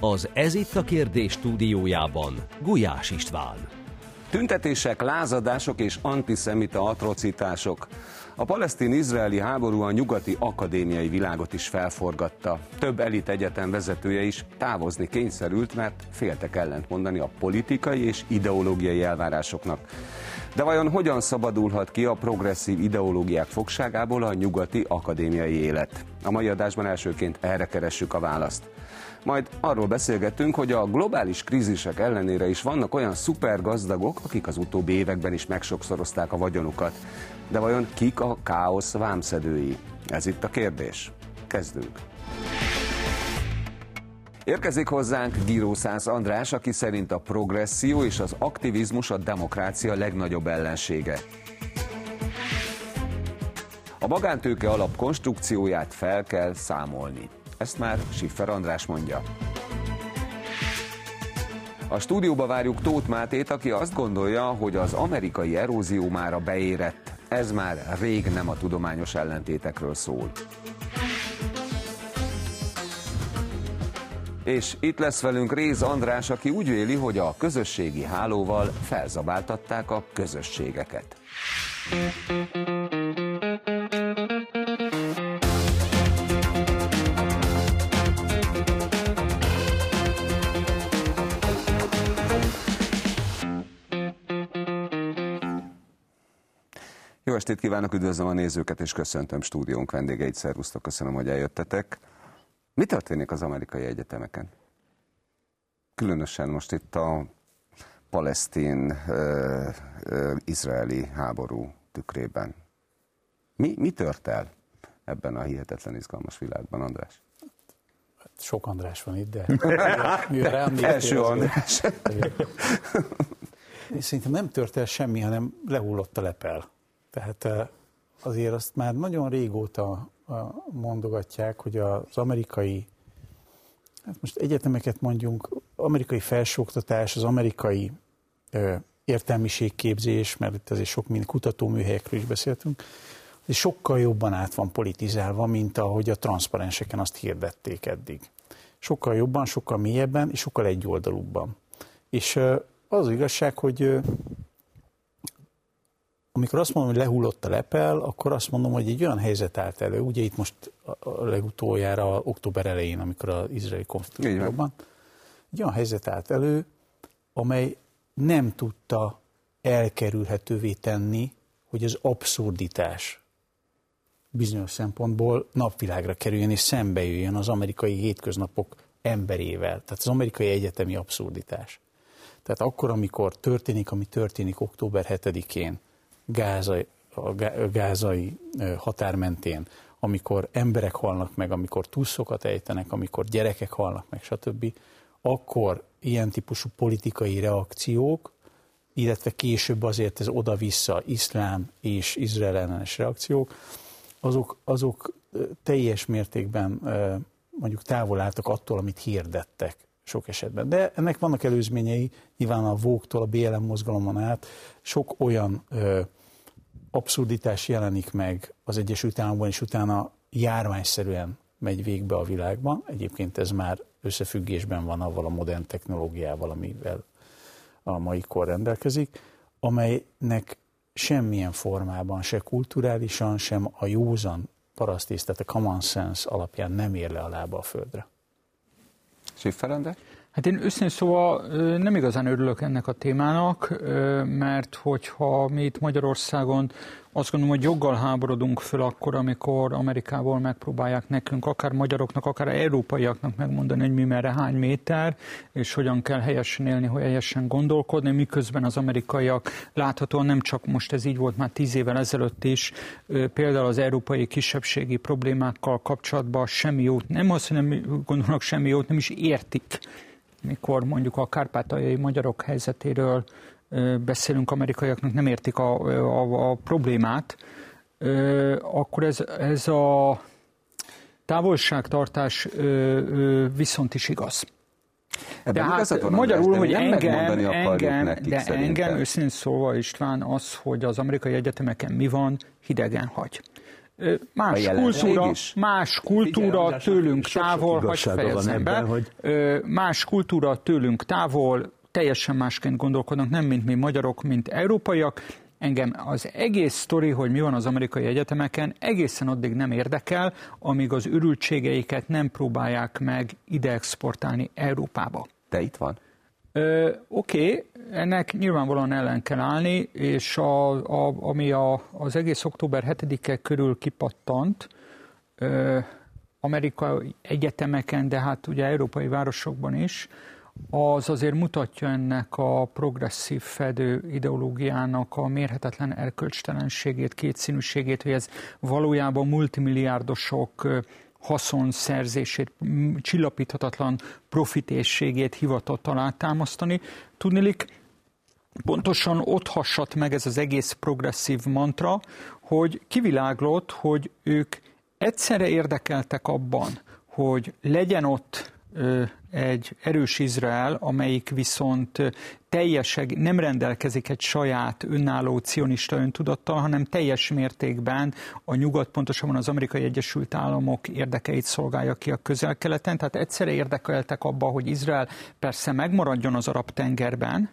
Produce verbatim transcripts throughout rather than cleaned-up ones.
Az Ez itt a kérdés stúdiójában Gulyás István. Tüntetések, lázadások és antiszemita atrocitások. A palesztin-izraeli háború a nyugati akadémiai világot is felforgatta. Több elit egyetem vezetője is távozni kényszerült, mert féltek ellentmondani a politikai és ideológiai elvárásoknak. De vajon hogyan szabadulhat ki a progresszív ideológiák fogságából a nyugati akadémiai élet? A mai adásban elsőként erre keressük a választ. Majd arról beszélgetünk, hogy a globális krízisek ellenére is vannak olyan szupergazdagok, akik az utóbbi években is megsokszorozták a vagyonukat. De vajon kik a káosz vámszedői? Ez itt a kérdés. Kezdünk. Érkezik hozzánk Girószász András, aki szerint a progresszió és az aktivizmus a demokrácia legnagyobb ellensége. A magántőke alap konstrukcióját fel kell számolni. Ezt már Schiffer András mondja. A stúdióba várjuk Tóth Mátét, aki azt gondolja, hogy az amerikai erózió mára beérett. Ez már rég nem a tudományos ellentétekről szól. És itt lesz velünk Réz András, aki úgy véli, hogy a közösségi hálóval felzabáltatták a közösségeket. Jó estét kívánok, üdvözlöm a nézőket, és köszöntöm stúdiónk vendégeit. Szervusztok, köszönöm, hogy eljöttetek. Mi történik az amerikai egyetemeken? Különösen most itt a palesztin-izraeli háború tükrében. Mi, mi tört el ebben a hihetetlen izgalmas világban, András? Sok András van itt, de... de első András. Szerintem nem tört el semmi, hanem lehullott a lepel. Tehát azért azt már nagyon régóta mondogatják, hogy az amerikai, hát most egyetemeket mondjunk, amerikai felsőoktatás, az amerikai ö, értelmiségképzés, mert itt azért sok mind kutatóműhelyekről is beszéltünk, és sokkal jobban át van politizálva, mint ahogy a transzparenseken azt hirdették eddig. Sokkal jobban, sokkal mélyebben, és sokkal egyoldalúbban. És ö, az igazság, hogy ö, amikor azt mondom, hogy lehullott a lepel, akkor azt mondom, hogy egy olyan helyzet állt elő, ugye itt most a legutoljára október elején, amikor az izraeli konfliktusban, egy olyan helyzet állt elő, amely nem tudta elkerülhetővé tenni, hogy az abszurditás bizonyos szempontból napvilágra kerüljön és szembejöjjön az amerikai hétköznapok emberével, tehát az amerikai egyetemi abszurditás. Tehát akkor, amikor történik, ami történik október hetedikén, Gázai, a gázai határ mentén, amikor emberek halnak meg, amikor túszokat ejtenek, amikor gyerekek halnak meg, stb., akkor ilyen típusú politikai reakciók, illetve később azért ez oda-vissza iszlám és Izrael ellenes reakciók, azok, azok teljes mértékben mondjuk távol álltak attól, amit hirdettek sok esetben. De ennek vannak előzményei, nyilván a Vogue-tól a bé el em mozgalomon át sok olyan ö, abszurditás jelenik meg az Egyesült Államokban, és utána járványszerűen megy végbe a világban. Egyébként ez már összefüggésben van avval a modern technológiával, amivel a mai kor rendelkezik, amelynek semmilyen formában, se kulturálisan, sem a józan parasztész, tehát a common sense alapján nem ér le a lába a földre. Schiffer András? Hát én őszintén szóval nem igazán örülök ennek a témának, mert hogyha mi itt Magyarországon azt gondolom, hogy joggal háborodunk föl akkor, amikor Amerikából megpróbálják nekünk, akár magyaroknak, akár európaiaknak megmondani, hogy mi merre hány méter, és hogyan kell helyesen élni, hogy helyesen gondolkodni, miközben az amerikaiak láthatóan nem csak most ez így volt már tíz évvel ezelőtt is, például az európai kisebbségi problémákkal kapcsolatban semmi jót, nem azt, hogy nem gondolnak semmi jót, nem is értik. Mikor mondjuk a kárpátaljai magyarok helyzetéről beszélünk, amerikaiaknak nem értik a, a, a problémát, akkor ez, ez a távolságtartás viszont is igaz. Ebben de hát van, magyarul, András, hogy engem, engem nekik, de szerintem. engem őszintén szóval István az, hogy az amerikai egyetemeken mi van, hidegen hagy. Más kultúra, más kultúra tőlünk távol, hagyj fejezem be, hogy... más kultúra tőlünk távol, teljesen másként gondolkodnak, nem mint mi magyarok, mint európaiak. Engem az egész sztori, hogy mi van az amerikai egyetemeken, egészen addig nem érdekel, amíg az örültségeiket nem próbálják meg ide exportálni Európába. De itt van. Oké, okay, ennek nyilvánvalóan ellen kell állni, és a, a, ami a, az egész október hetedike körül kipattant, ö, amerikai egyetemeken, de hát ugye európai városokban is, az azért mutatja ennek a progresszív fedő ideológiának a mérhetetlen erkölcstelenségét, kétszínűségét, hogy ez valójában multimilliárdosok haszonszerzését, csillapíthatatlan profitésségét hivatott alátámasztani. Tudniillik, pontosan ott hasadt meg ez az egész progresszív mantra, hogy kiviláglott, hogy ők egyszerre érdekeltek abban, hogy legyen ott egy erős Izrael, amelyik viszont teljes, nem rendelkezik egy saját önálló cionista öntudattal, hanem teljes mértékben a nyugat, pontosabban az Amerikai Egyesült Államok érdekeit szolgálja ki a Közel-Keleten. Tehát egyszerre érdekeltek abba, hogy Izrael persze megmaradjon az Arab-tengerben,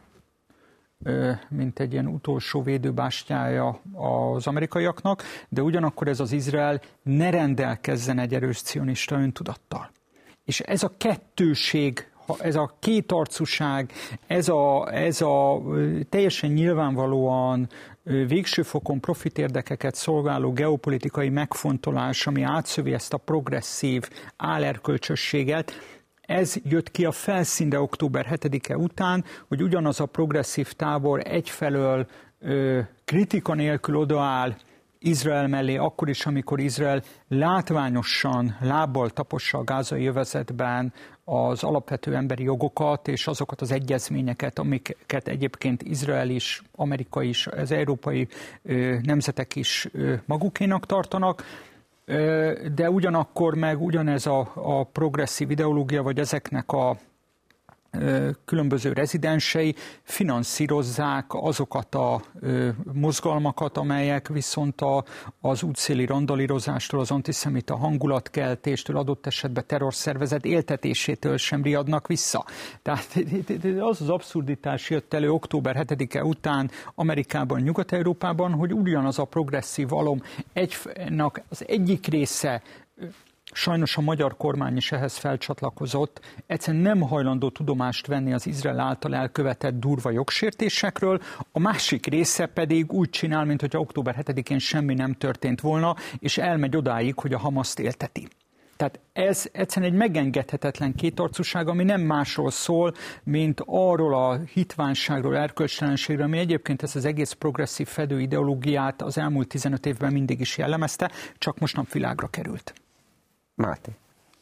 mint egy ilyen utolsó védőbástyája az amerikaiaknak, de ugyanakkor ez az Izrael ne rendelkezzen egy erős cionista öntudattal. És ez a kettőség, ez a kétarcúság, ez a, ez a teljesen nyilvánvalóan végső fokon profitérdekeket szolgáló geopolitikai megfontolás, ami átszövi ezt a progresszív állerkölcsösséget, ez jött ki a felszínre október hetedike után, hogy ugyanaz a progresszív tábor egyfelől ö, kritika nélkül odaáll Izrael mellé, akkor is, amikor Izrael látványosan lábbal tapossa a gázai övezetben az alapvető emberi jogokat és azokat az egyezményeket, amiket egyébként Izrael is, Amerika is, az európai ö, nemzetek is ö, magukénak tartanak, ö, de ugyanakkor meg ugyanez a, a progresszív ideológia, vagy ezeknek a különböző rezidensei finanszírozzák azokat a mozgalmakat, amelyek viszont a, az útszéli randalírozástól, az antiszemita hangulatkeltéstől, adott esetben terrorszervezet éltetésétől sem riadnak vissza. Tehát az az abszurditás jött elő október hetedike után Amerikában, Nyugat-Európában, hogy ugyanaz a progresszív alom egynek az egyik része, sajnos a magyar kormány is ehhez felcsatlakozott, egyszerűen nem hajlandó tudomást venni az Izrael által elkövetett durva jogsértésekről, a másik része pedig úgy csinál, mintha október hetedikén semmi nem történt volna, és elmegy odáig, hogy a Hamaszt élteti. Tehát ez egyszerűen egy megengedhetetlen kétarcúság, ami nem másról szól, mint arról a hitványságról, erkölcstelenségről, ami egyébként ezt az egész progresszív fedő ideológiát az elmúlt tizenöt évben mindig is jellemezte, csak most napvilágra került. Máté.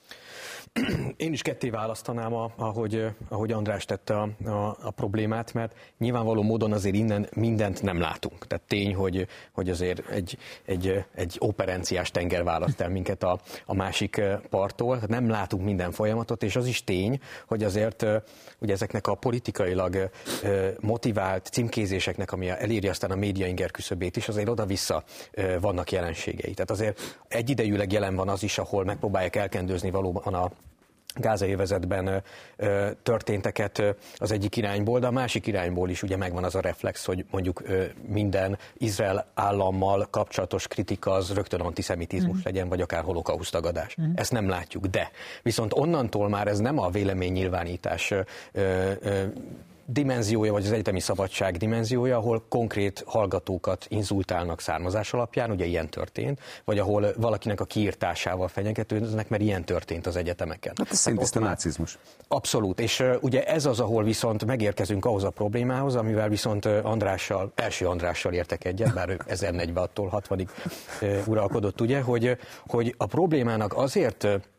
Én is ketté választanám, a, ahogy, ahogy András tette a, a, a problémát, mert nyilvánvaló módon azért innen mindent nem látunk. Tehát tény, hogy, hogy azért egy, egy, egy operenciás tenger választ el minket a, a másik parttól. Tehát nem látunk minden folyamatot, és az is tény, hogy azért ugye ezeknek a politikailag motivált címkézéseknek, ami eléri aztán a média inger küszöbét is, azért oda-vissza vannak jelenségei. Tehát azért egyidejűleg jelen van az is, ahol megpróbálják elkendőzni valóban a gázai övezetben ö, történteket ö, az egyik irányból, de a másik irányból is ugye megvan az a reflex, hogy mondjuk ö, minden Izrael állammal kapcsolatos kritika az rögtön antiszemitizmus mm. legyen, vagy akár holokausztagadás. Mm. Ezt nem látjuk, de viszont onnantól már ez nem a véleménynyilvánítás ö, ö, dimenziója, vagy az egyetemi szabadság dimenziója, ahol konkrét hallgatókat inzultálnak származás alapján, ugye ilyen történt, vagy ahol valakinek a kiirtásával fenyegetőznek, mert ilyen történt az egyetemeken. Hát ez szintiszta nácizmus. Abszolút, és uh, ugye ez az, ahol viszont megérkezünk ahhoz a problémához, amivel viszont uh, Andrással, első Andrással értek egyet, bár ő ezernegyvenhattól hatvanig uh, uralkodott, ugye, hogy, hogy a problémának azért uh,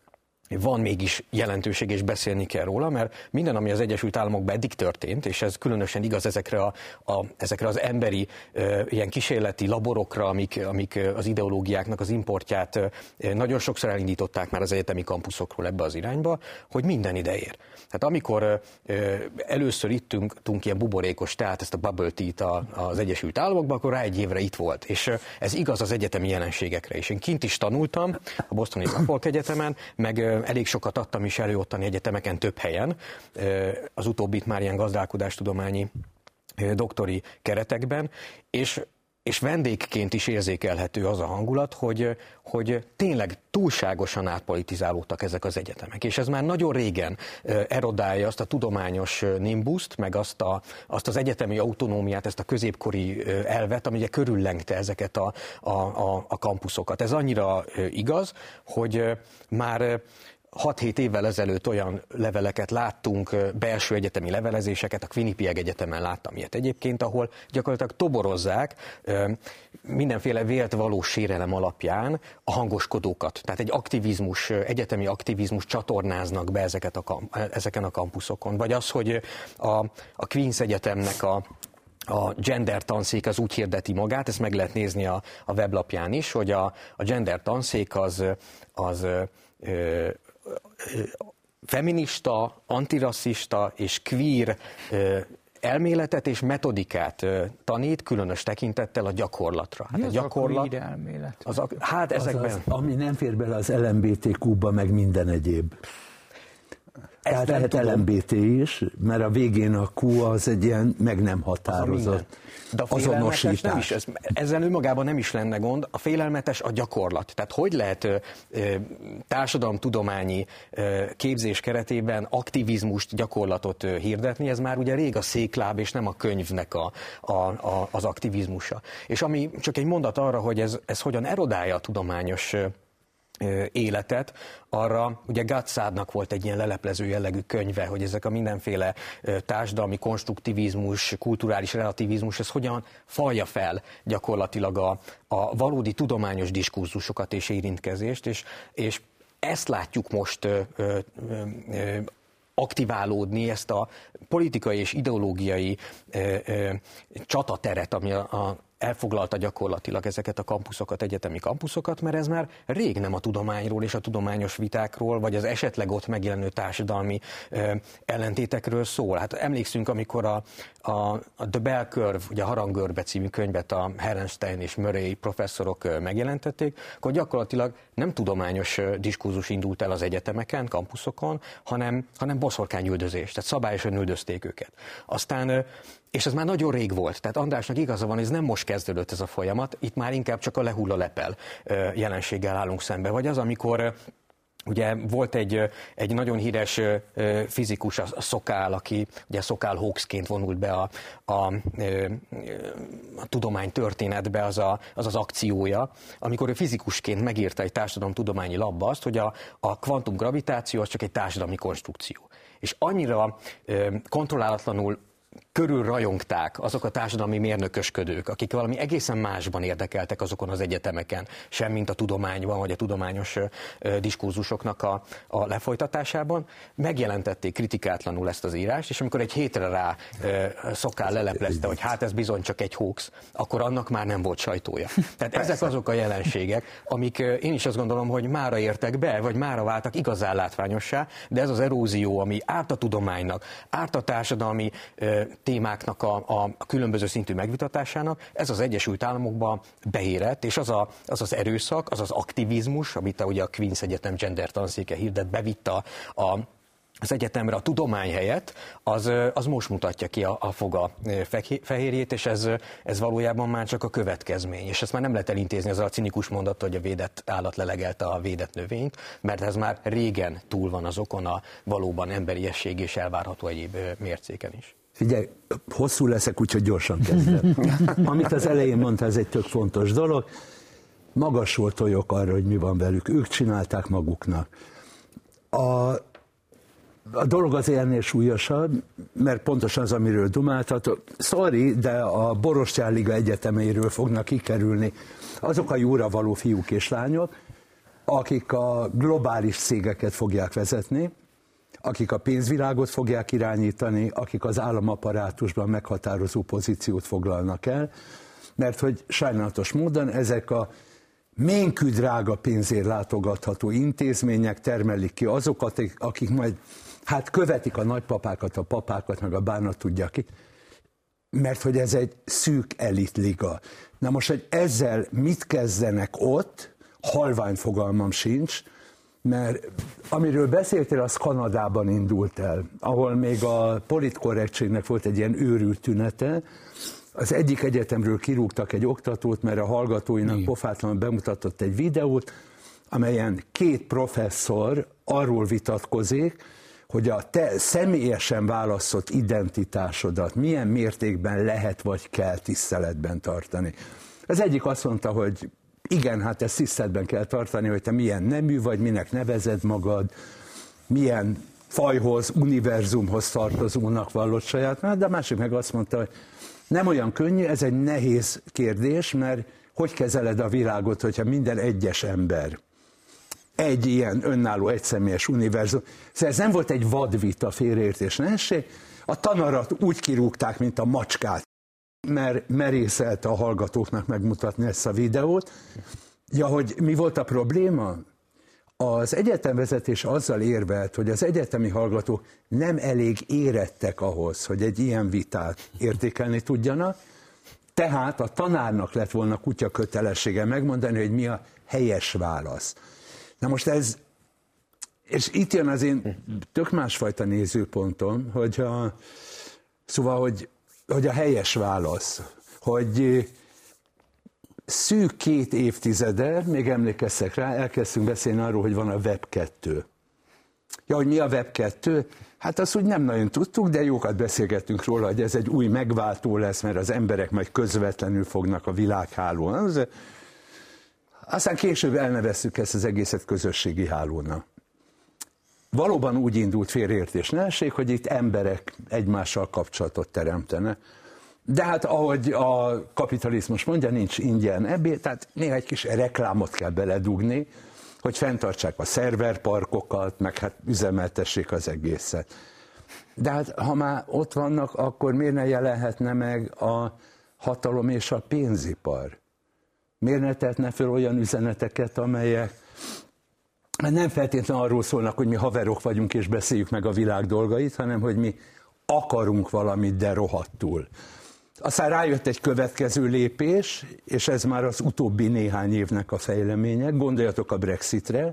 van mégis jelentőség, és beszélni kell róla, mert minden, ami az Egyesült Államokban eddig történt, és ez különösen igaz ezekre, a, a, ezekre az emberi e, ilyen kísérleti laborokra, amik, amik az ideológiáknak az importját e, nagyon sokszor elindították már az egyetemi kampuszokról ebbe az irányba, hogy minden ide ér. Tehát amikor e, először ittünk ilyen buborékos teát, ezt a bubble tea-t az Egyesült Államokban, akkor rá egy évre itt volt. És ez igaz az egyetemi jelenségekre is. Én kint is tanultam a Bostoni Suffolk Egyetemen, meg elég sokat adtam is elő ottani egyetemeken több helyen, az utóbbit már ilyen gazdálkodástudományi doktori keretekben, és, és vendégként is érzékelhető az a hangulat, hogy, hogy tényleg túlságosan átpolitizálódtak ezek az egyetemek. És ez már nagyon régen erodálja azt a tudományos nimbuszt, meg azt, a, azt az egyetemi autonómiát, ezt a középkori elvet, ami ugye körüllengte ezeket a, a, a, a kampuszokat. Ez annyira igaz, hogy már hat-hét évvel ezelőtt olyan leveleket láttunk, belső egyetemi levelezéseket, a Quinnipiac Egyetemen láttam ilyet egyébként, ahol gyakorlatilag toborozzák mindenféle vélt valós sérelem alapján a hangoskodókat. Tehát egy aktivizmus, egyetemi aktivizmus csatornáznak be ezeket a, ezeken a kampuszokon. Vagy az, hogy a, a Queen's Egyetemnek a A gender tanszék az úgy hirdeti magát, ezt meg lehet nézni a, a weblapján is, hogy a, a gender tanszék az, az ö, ö, feminista, antirasszista és queer ö, elméletet és metodikát ö, tanít, különös tekintettel a gyakorlatra. Hát a gyakorlat, a queer elmélet? Az a, hát ezekben... Az az, ami nem fér bele az el em bé té kú-ba, meg minden egyéb. Tehát lehet el em bé té is, mert a végén a Q az egy ilyen meg nem határozott de a azonosítás. Nem is, ez, ezzel önmagában nem is lenne gond, a félelmetes a gyakorlat. Tehát hogy lehet ö, ö, társadalomtudományi ö, képzés keretében aktivizmust, gyakorlatot ö, hirdetni, ez már ugye rég a székláb és nem a könyvnek a, a, a, az aktivizmusa. És ami csak egy mondat arra, hogy ez, ez hogyan erodálja a tudományos ö, életet, arra ugye Gatszádnak volt egy ilyen leleplező jellegű könyve, hogy ezek a mindenféle társadalmi konstruktivizmus, kulturális relativizmus, ez hogyan falja fel gyakorlatilag a, a valódi tudományos diskurzusokat és érintkezést, és, és ezt látjuk most ö, ö, ö, aktiválódni, ezt a politikai és ideológiai ö, ö, csatateret, ami a, a elfoglalta gyakorlatilag ezeket a kampuszokat, egyetemi kampuszokat, mert ez már rég nem a tudományról és a tudományos vitákról, vagy az esetleg ott megjelenő társadalmi ö, ellentétekről szól. Hát emlékszünk, amikor a, a, a The Bell Curve, ugye a Harangörbe című könyvet a Herenstein és Murray professzorok ö, megjelentették, akkor gyakorlatilag nem tudományos ö, diskurzus indult el az egyetemeken, kampuszokon, hanem, hanem boszorkányüldözés, tehát szabályosan üldözték őket. Aztán ö, és ez már nagyon rég volt, tehát Andrásnak igaza van, ez nem most kezdődött ez a folyamat, itt már inkább csak a lehull a lepel jelenséggel állunk szembe. Vagy az, amikor ugye volt egy, egy nagyon híres fizikus, a Sokal, aki ugye Sokal Hawksként vonult be a, a, a, a tudomány történetbe, az, a, az az akciója, amikor ő fizikusként megírta egy társadalomtudományi labba azt, hogy a, a kvantumgravitáció az csak egy társadalmi konstrukció. És annyira kontrollálatlanul körül rajongták azok a társadalmi mérnökösködők, akik valami egészen másban érdekeltek azokon az egyetemeken, sem mint a tudományban, vagy a tudományos ö, diskurzusoknak a, a lefolytatásában, megjelentették kritikátlanul ezt az írást, és amikor egy hétre rá ö, Sokal leleplezte, hogy hát ez bizony csak egy hoax, akkor annak már nem volt sajtója. Tehát ezek azok a jelenségek, amik ö, én is azt gondolom, hogy mára értek be, vagy mára váltak igazán látványossá, de ez az erózió, ami árt a tudománynak, árt a társadalmi ö, témáknak a, a, a különböző szintű megvitatásának, ez az Egyesült Államokban beérett, és az, a, az az erőszak, az az aktivizmus, amit a, ugye a Queen's Egyetem gender tanszéke hirdet, bevitte a, a az egyetemre a tudomány helyett, az, az most mutatja ki a, a foga fehérjét, és ez, ez valójában már csak a következmény. És ezt már nem lehet elintézni azzal a cinikus mondattal, hogy a védett állat lelegelte a védett növényt, mert ez már régen túl van azokon a valóban emberiesség és elvárható egyéb mércéken is. Figyelj, hosszú leszek, úgyhogy gyorsan kezdem. Amit az elején mondta, ez egy tök fontos dolog. Magasról tojok arra, hogy mi van velük. Ők csinálták maguknak. A A dolog az ennél súlyosabb, mert pontosan az, amiről dumáltatok. Sorry, de a Borostyán Liga egyeteméről fognak kikerülni azok a jóra való fiúk és lányok, akik a globális cégeket fogják vezetni, akik a pénzvilágot fogják irányítani, akik az államapparátusban meghatározó pozíciót foglalnak el, mert hogy sajnálatos módon ezek a ménkű drága pénzért látogatható intézmények termelik ki azokat, akik majd hát követik a nagypapákat, a papákat, meg a bánat tudja ki, mert hogy ez egy szűk elitliga. Na most, hogy ezzel mit kezdenek ott, halvány fogalmam sincs, mert amiről beszéltél, az Kanadában indult el, ahol még a politkorrektségnek volt egy ilyen őrült tünete. Az egyik egyetemről kirúgtak egy oktatót, mert a hallgatóinak pofátlanul bemutatott egy videót, amelyen két professzor arról vitatkozik, hogy a te személyesen választott identitásodat milyen mértékben lehet vagy kell tiszteletben tartani. Az egyik azt mondta, hogy igen, hát ezt tiszteletben kell tartani, hogy te milyen nemű vagy, minek nevezed magad, milyen fajhoz, univerzumhoz tartozónak vallott saját, de a másik meg azt mondta, hogy nem olyan könnyű, ez egy nehéz kérdés, mert hogy kezeled a világot, hogyha minden egyes ember egy ilyen önálló, egyszemélyes univerzum. Szóval ez nem volt egy vadvita, félreértés, nehesség. A tanarat úgy kirúgták, mint a macskát, mert merészelte a hallgatóknak megmutatni ezt a videót. Ja, hogy mi volt a probléma? Az egyetemvezetés azzal érvelt, hogy az egyetemi hallgatók nem elég érettek ahhoz, hogy egy ilyen vitát értékelni tudjanak, tehát a tanárnak lett volna kutya kötelessége megmondani, hogy mi a helyes válasz. Na most ez, és itt jön az én tök másfajta nézőpontom, hogy a, szóval, hogy, hogy a helyes válasz, hogy szűk két évtizede, még emlékeztek rá, elkezdtünk beszélni arról, hogy van a web kettő. Ja, hogy mi a web kettő? Hát azt úgy nem nagyon tudtuk, de jókat beszélgettünk róla, hogy ez egy új megváltó lesz, mert az emberek majd közvetlenül fognak a világhálón. Aztán később elneveztük ezt az egészet közösségi hálónak. Valóban úgy indult, félreértés nehesség, hogy itt emberek egymással kapcsolatot teremtenek. De hát ahogy a kapitalizmus mondja, nincs ingyen ebéd, tehát néha egy kis reklámot kell beledugni, hogy fenntartsák a szerverparkokat, meg hát üzemeltessék az egészet. De hát ha már ott vannak, akkor miért ne jelenhetne meg a hatalom és a pénzipar? Miért ne tehetne fel olyan üzeneteket, amelyek nem feltétlenül arról szólnak, hogy mi haverok vagyunk és beszéljük meg a világ dolgait, hanem hogy mi akarunk valamit, de rohadtul. Aztán rájött egy következő lépés, és ez már az utóbbi néhány évnek a fejleménye. Gondoljatok a Brexitre.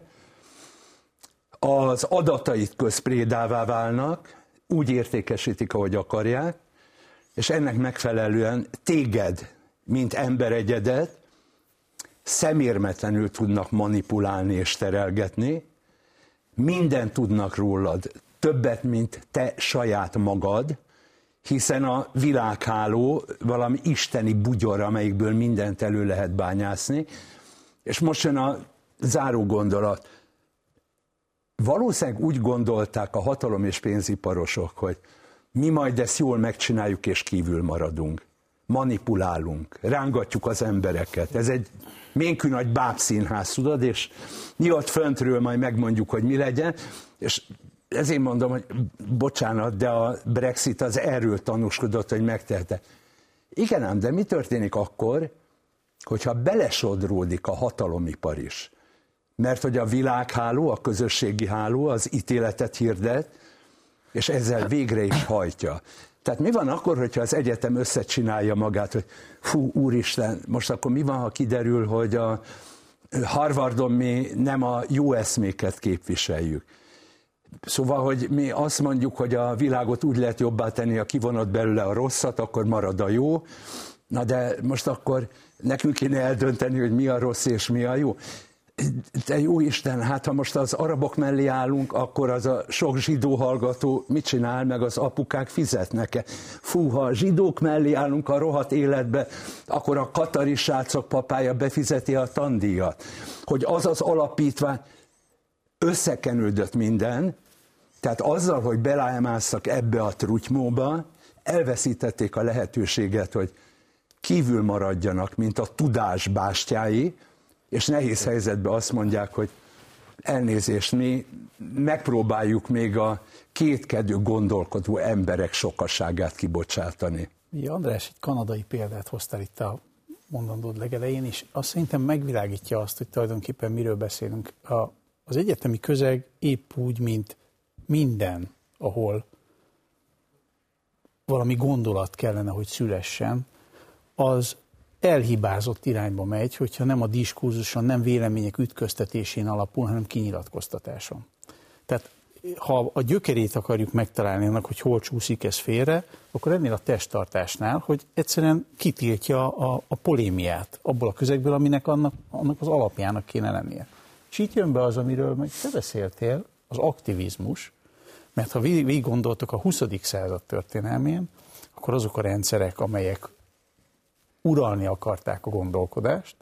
Az adatait közprédává válnak, úgy értékesítik, ahogy akarják, és ennek megfelelően téged, mint emberegyedet, szemérmetlenül tudnak manipulálni és terelgetni, mindent tudnak rólad, többet, mint te saját magad, hiszen a világháló valami isteni bugyor, amelyikből mindent elő lehet bányászni. És most jön a záró gondolat. Valószínűleg úgy gondolták a hatalom és pénziparosok, hogy mi majd ezt jól megcsináljuk és kívül maradunk. Manipulálunk, rángatjuk az embereket. Ez egy ménkű nagy bábszínház, tudod, és nyilván föntről majd megmondjuk, hogy mi legyen, és ezért mondom, hogy bocsánat, de a Brexit az erről tanúskodott, hogy megtehette. Igen ám, de mi történik akkor, hogyha belesodródik a hatalomipar is? Mert hogy a világháló, a közösségi háló az ítéletet hirdet, és ezzel végre is hajtja. Tehát mi van akkor, hogyha az egyetem összecsinálja magát, hogy fú, úristen, most akkor mi van, ha kiderül, hogy a Harvardon mi nem a jó eszméket képviseljük. Szóval, hogy mi azt mondjuk, hogy a világot úgy lehet jobbá tenni, ha kivonod belőle a rosszat, akkor marad a jó. Na de most akkor nekünk kéne eldönteni, hogy mi a rossz és mi a jó. De jó Isten, hát ha most az arabok mellé állunk, akkor az a sok zsidó hallgató mit csinál, meg az apukák fizetnek-e? Fú, ha a zsidók mellé állunk a rohadt életbe, akkor a katari srácok papája befizeti a tandíjat. Hogy az az alapítvány, összekenődött minden, tehát azzal, hogy belemásztak ebbe a trutymóba, elveszítették a lehetőséget, hogy kívül maradjanak, mint a tudás bástyái, és nehéz helyzetben azt mondják, hogy elnézést, mi megpróbáljuk még a kétkedő gondolkodó emberek sokaságát kibocsátani. Ja, András, egy kanadai példát hoztál itt a mondandód legelején, és azt szerintem megvilágítja azt, hogy tulajdonképpen miről beszélünk. A, az egyetemi közeg épp úgy, mint minden, ahol valami gondolat kellene, hogy szülessen, az elhibázott irányba megy, hogyha nem a diskurzuson, nem vélemények ütköztetésén alapul, hanem kinyilatkoztatáson. Tehát ha a gyökerét akarjuk megtalálni annak, hogy hol csúszik ez félre, akkor ennél a testtartásnál, hogy egyszerűen kitiltja a, a polémiát abból a közegből, aminek annak, annak az alapjának kéne lennie. És itt jön be az, amiről meg te beszéltél, az aktivizmus, mert ha végig gondoltok a huszadik század történelmén, akkor azok a rendszerek, amelyek uralni akarták a gondolkodást,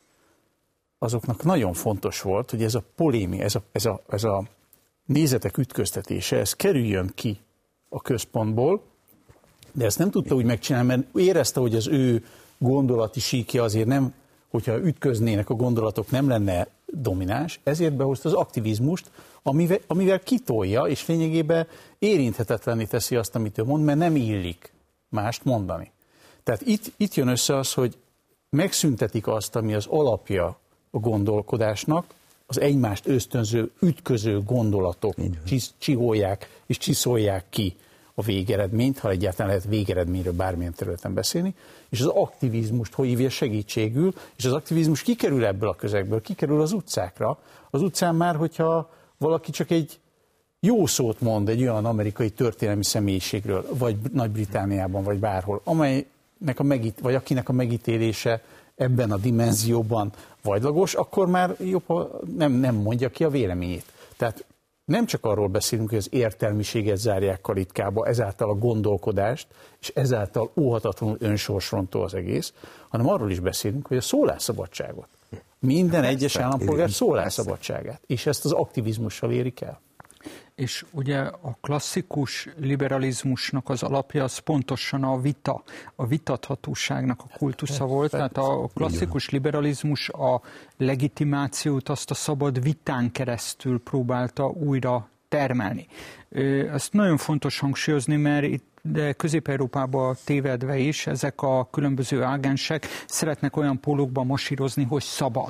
azoknak nagyon fontos volt, hogy ez a polémia, ez a, ez a, ez a nézetek ütköztetése, ez kerüljön ki a központból, de ezt nem tudta úgy megcsinálni, mert érezte, hogy az ő gondolati síkja azért nem, hogyha ütköznének a gondolatok, nem lenne domináns, ezért behozta az aktivizmust, amivel, amivel kitolja, és lényegében érinthetetlenné teszi azt, amit ő mond, mert nem illik mást mondani. Tehát itt, itt jön össze az, hogy megszüntetik azt, ami az alapja a gondolkodásnak, az egymást ösztönző, ütköző gondolatok csis, csiholják és csiszolják ki a végeredményt, ha egyáltalán lehet végeredményről bármilyen területen beszélni, és az aktivizmust hívja segítségül, és az aktivizmus kikerül ebből a közegből, kikerül az utcákra. Az utcán már, hogyha valaki csak egy jó szót mond egy olyan amerikai történelmi személyiségről, vagy Nagy-Britanniában, vagy bárhol, amelynek a megít, vagy akinek a megítélése ebben a dimenzióban vajlagos, akkor már jobb, ha nem, nem mondja ki a véleményét. Tehát nem csak arról beszélünk, hogy az értelmiséget zárják kalitkába, ezáltal a gondolkodást, és ezáltal óhatatlanul önsorsrontó az egész, hanem arról is beszélünk, hogy a szólásszabadságot. Minden persze, egyes állampolgár szólásszabadságát, és ezt az aktivizmussal érik el. És ugye a klasszikus liberalizmusnak az alapja az pontosan a vita, a vitathatóságnak a kultusza volt. Tehát a klasszikus liberalizmus a legitimációt, azt a szabad vitán keresztül próbálta újra termelni. Ezt nagyon fontos hangsúlyozni, mert itt de Közép-Európában tévedve is ezek a különböző ágensek szeretnek olyan pólókba masírozni, hogy szabad.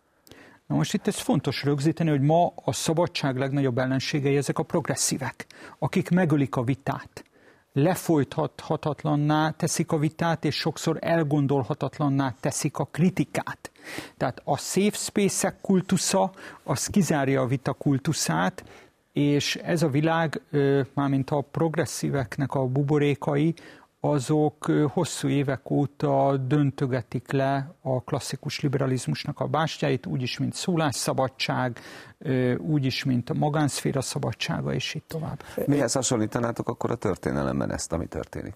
Na most itt ez fontos rögzíteni, hogy ma a szabadság legnagyobb ellenségei ezek a progresszívek, akik megölik a vitát, lefolytathatatlanná teszik a vitát, és sokszor elgondolhatatlanná teszik a kritikát. Tehát a safe space-ek kultusza, az kizárja a vita kultuszát, és ez a világ, mármint a progresszíveknek a buborékai, azok hosszú évek óta döntögetik le a klasszikus liberalizmusnak a bástyáit, úgyis, mint szólásszabadság, úgyis, mint a magánszféra szabadsága, és így tovább. Mihez hasonlítanátok akkor a történelemben ezt, ami történik?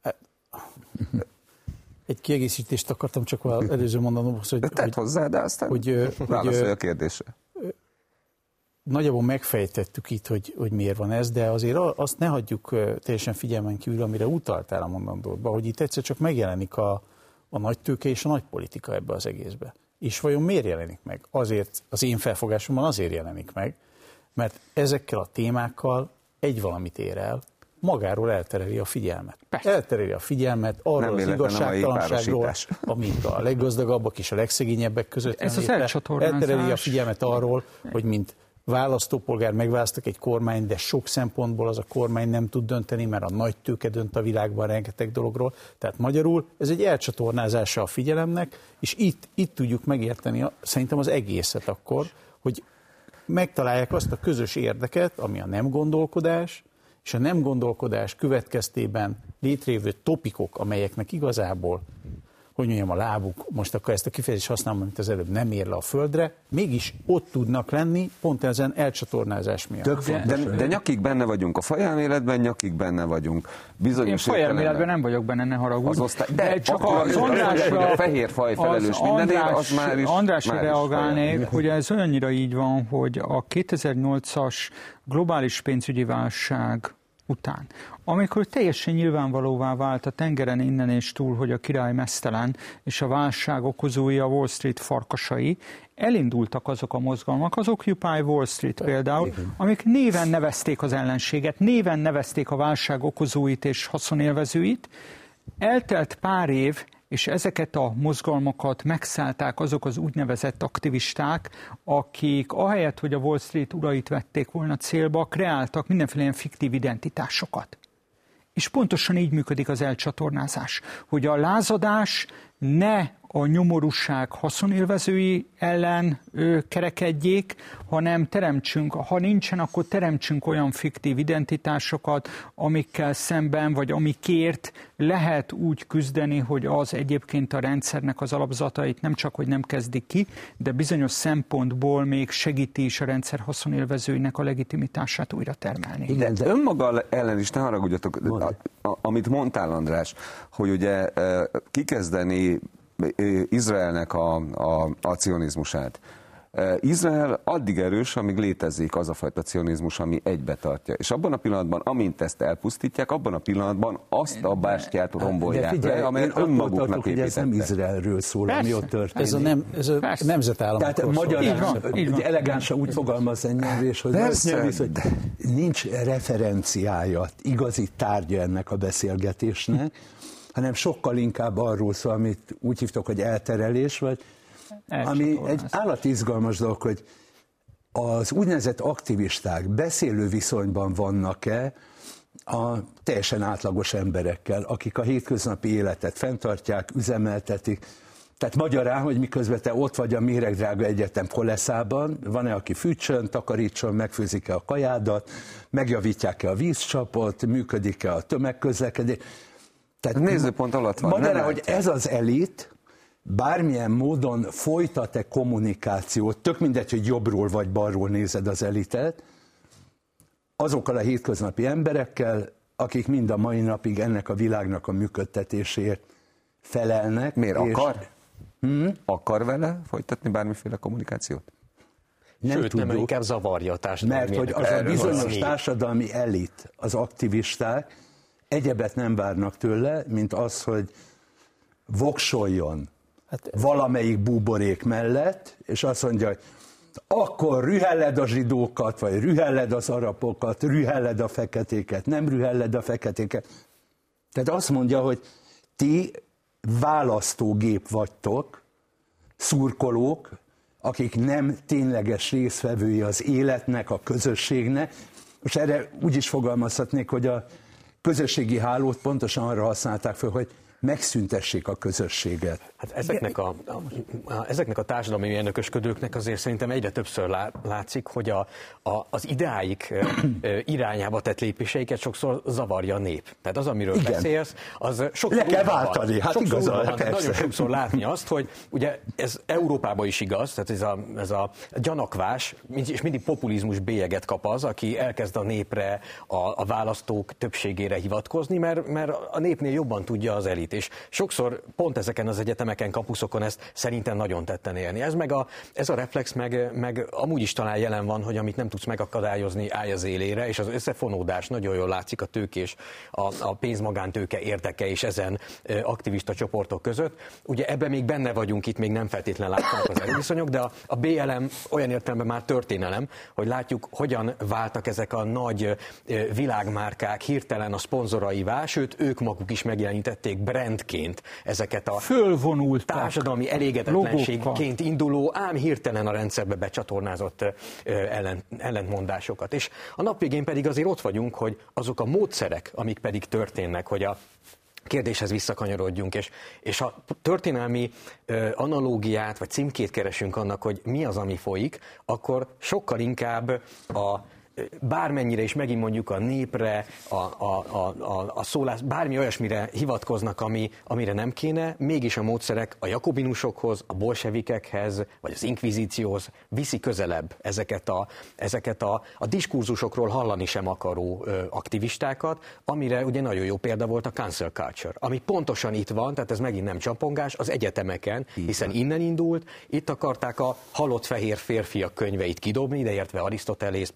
Egy kiegészítést akartam csak az előző mondanomhoz, hogy... Tedd hozzá, de aztán hogy, válaszolj a kérdésre. Nagyjából megfejtettük itt, hogy, hogy miért van ez, de azért azt ne hagyjuk teljesen figyelmen kívül, amire utaltál a mondandódba, hogy itt egyszer csak megjelenik a, a nagytőke és a nagypolitika ebbe az egészbe. És vajon miért jelenik meg? Azért, az én felfogásomban azért jelenik meg, mert ezekkel a témákkal egy valamit ér el, magáról eltereli a figyelmet. Persze. Eltereli a figyelmet arról az igazságtalanságról, amit a leggazdagabbak és a legszegényebbek között ez az elcsatornázás. Eltereli a figyelmet arról, hogy mint választópolgár megválasztak egy kormány, de sok szempontból az a kormány nem tud dönteni, mert a nagy tőke dönt a világban rengeteg dologról. Tehát magyarul ez egy elcsatornázása a figyelemnek, és itt, itt tudjuk megérteni a, szerintem az egészet akkor, hogy megtalálják azt a közös érdeket, ami a nem gondolkodás, és a nem gondolkodás következtében létrejövő topikok, amelyeknek igazából, hogy mondjam, a lábuk, most akkor ezt a kifejezést használom, amit az előbb nem ér le a földre, mégis ott tudnak lenni, pont ezen elcsatornázás miatt. De, de, de nyakig benne vagyunk a fajelméletben, nyakig benne vagyunk. Bizonyos Én fajelméletben nem vagyok benne, ne haragudj. Osztály, de, de csak az Andrásra, a fehér faj felelős mindenért, az már is Andrásra reagálnék, hogy ez olyannyira így van, hogy a kétezer-nyolcas globális pénzügyi válság után. Amikor teljesen nyilvánvalóvá vált a tengeren innen és túl, hogy a király meztelen, és a válság okozói a Wall Street farkasai, elindultak azok a mozgalmak, az Occupy Wall Street például, amik néven nevezték az ellenséget, néven nevezték a válság okozóit és haszonélvezőit. Eltelt pár év, és ezeket a mozgalmakat megszállták azok az úgynevezett aktivisták, akik ahelyett, hogy a Wall Street urait vették volna célba, kreáltak mindenféle ilyen fiktív identitásokat. És pontosan így működik az elcsatornázás, hogy a lázadás ne a nyomorúság haszonélvezői ellen ö, kerekedjék, hanem teremtsünk, ha nincsen, akkor teremtsünk olyan fiktív identitásokat, amikkel szemben, vagy amikért lehet úgy küzdeni, hogy az egyébként a rendszernek az alapzatait nem csak, hogy nem kezdi ki, de bizonyos szempontból még segíti is a rendszer haszonélvezőinek a legitimitását újra termelni. Igen, de önmaga ellen is, ne haragudjatok, a, a, amit mondtál, András, hogy ugye kikezdeni Izraelnek a, a, a cionizmusát. Izrael addig erős, amíg létezik az a fajta cionizmus, ami egybe tartja. És abban a pillanatban, amint ezt elpusztítják, abban a pillanatban azt a bástyát rombolják figyelj, le, amelyet önmaguknak építettek. Ez nem Izraelről szól, persze, ami ott történik. Ez a, nem, ez a nemzetállamokról Tehát magyarán, elegánsan úgy fogalmaz egy nyelvés, hogy, nyelvész, hogy nincs referenciája, igazi tárgya ennek a beszélgetésnek, hanem sokkal inkább arról szól, amit úgy hívtok, hogy elterelés, vagy ami egy állati izgalmas dolog, hogy az úgynevezett aktivisták beszélő viszonyban vannak-e a teljesen átlagos emberekkel, akik a hétköznapi életet fenntartják, üzemeltetik. Tehát magyarán, hogy miközben te ott vagy a méregdrága egyetem koleszában, van-e, aki fűtsön, takarítson, megfőzik-e a kajádat, megjavítják-e a vízcsapot, működik-e a tömegközlekedés. Tehát nézőpont alatt van. Magyarán, hogy ez az elit bármilyen módon folytat-e kommunikációt, tök mindegy, hogy jobbról vagy balról nézed az elitet, azokkal a hétköznapi emberekkel, akik mind a mai napig ennek a világnak a működtetéséért felelnek. Miért és... akar? Hmm? Akar vele folytatni bármiféle kommunikációt? Nem Sőt, tudjuk, nem inkább zavarja a társadalmi. Mert hogy az a bizonyos társadalmi elit, az aktivisták egyebet nem várnak tőle, mint az, hogy voksoljon hát, valamelyik búborék mellett, és azt mondja, hogy akkor rühelled a zsidókat, vagy rühelled az arapokat, rühelled a feketéket, nem rühelled a feketéket. Tehát azt mondja, hogy ti választógép vagytok, szurkolók, akik nem tényleges résztvevői az életnek, a közösségnek. Most erre úgy is fogalmazhatnék, hogy a közösségi hálót pontosan arra használták fel, hogy megszüntessék a közösséget. Hát ezeknek a, a, a, ezeknek a társadalmi mérnökösködőknek azért szerintem egyre többször lá, látszik, hogy a, a, az ideáik irányába tett lépéseiket sokszor zavarja a nép. Tehát az, amiről Igen. beszélsz, az sokszor le kell váltani. Hát igazán, nagyon sokszor látni azt, hogy ugye ez Európában is igaz, tehát ez a, ez a gyanakvás, és mindig populizmus bélyeget kap az, aki elkezd a népre, a, a választók többségére hivatkozni, mert, mert a népnél jobban tudja az elit. És sokszor pont ezeken az egyetemeken, kampuszokon ezt szerintem nagyon tetten élni. Ez, meg a, ez a reflex meg, meg amúgy is talán jelen van, hogy amit nem tudsz megakadályozni, állj az élére, és az összefonódás nagyon jól látszik a tőkés, a, a pénzmagántőke érdeke és ezen aktivista csoportok között. Ugye ebben még benne vagyunk, itt még nem feltétlenül látnak az erőviszonyok, de a, a bé el em olyan értelemben már történelem, hogy látjuk, hogyan váltak ezek a nagy világmárkák hirtelen a szponzoraivá, sőt, ők maguk is megjelenítették brandként ezeket a fölvonultak, társadalmi elégedetlenségként induló, ám hirtelen a rendszerbe becsatornázott ellen, ellentmondásokat. És a nap végén pedig azért ott vagyunk, hogy azok a módszerek, amik pedig történnek, hogy a kérdéshez visszakanyarodjunk, és, és ha történelmi ö, analógiát vagy címkét keresünk annak, hogy mi az, ami folyik, akkor sokkal inkább a bármennyire is megint mondjuk a népre, a, a, a, a szólás, bármi olyasmire hivatkoznak, ami, amire nem kéne, mégis a módszerek a jakobinusokhoz, a bolsevikekhez, vagy az inkvizícióhoz viszi közelebb ezeket a, ezeket a, a diskurzusokról hallani sem akaró ö, aktivistákat, amire ugye nagyon jó példa volt a cancel culture, ami pontosan itt van, tehát ez megint nem csampongás, az egyetemeken, hiszen innen indult, itt akarták a halott fehér férfiak könyveit kidobni, ideértve Arisztotelész, Platón,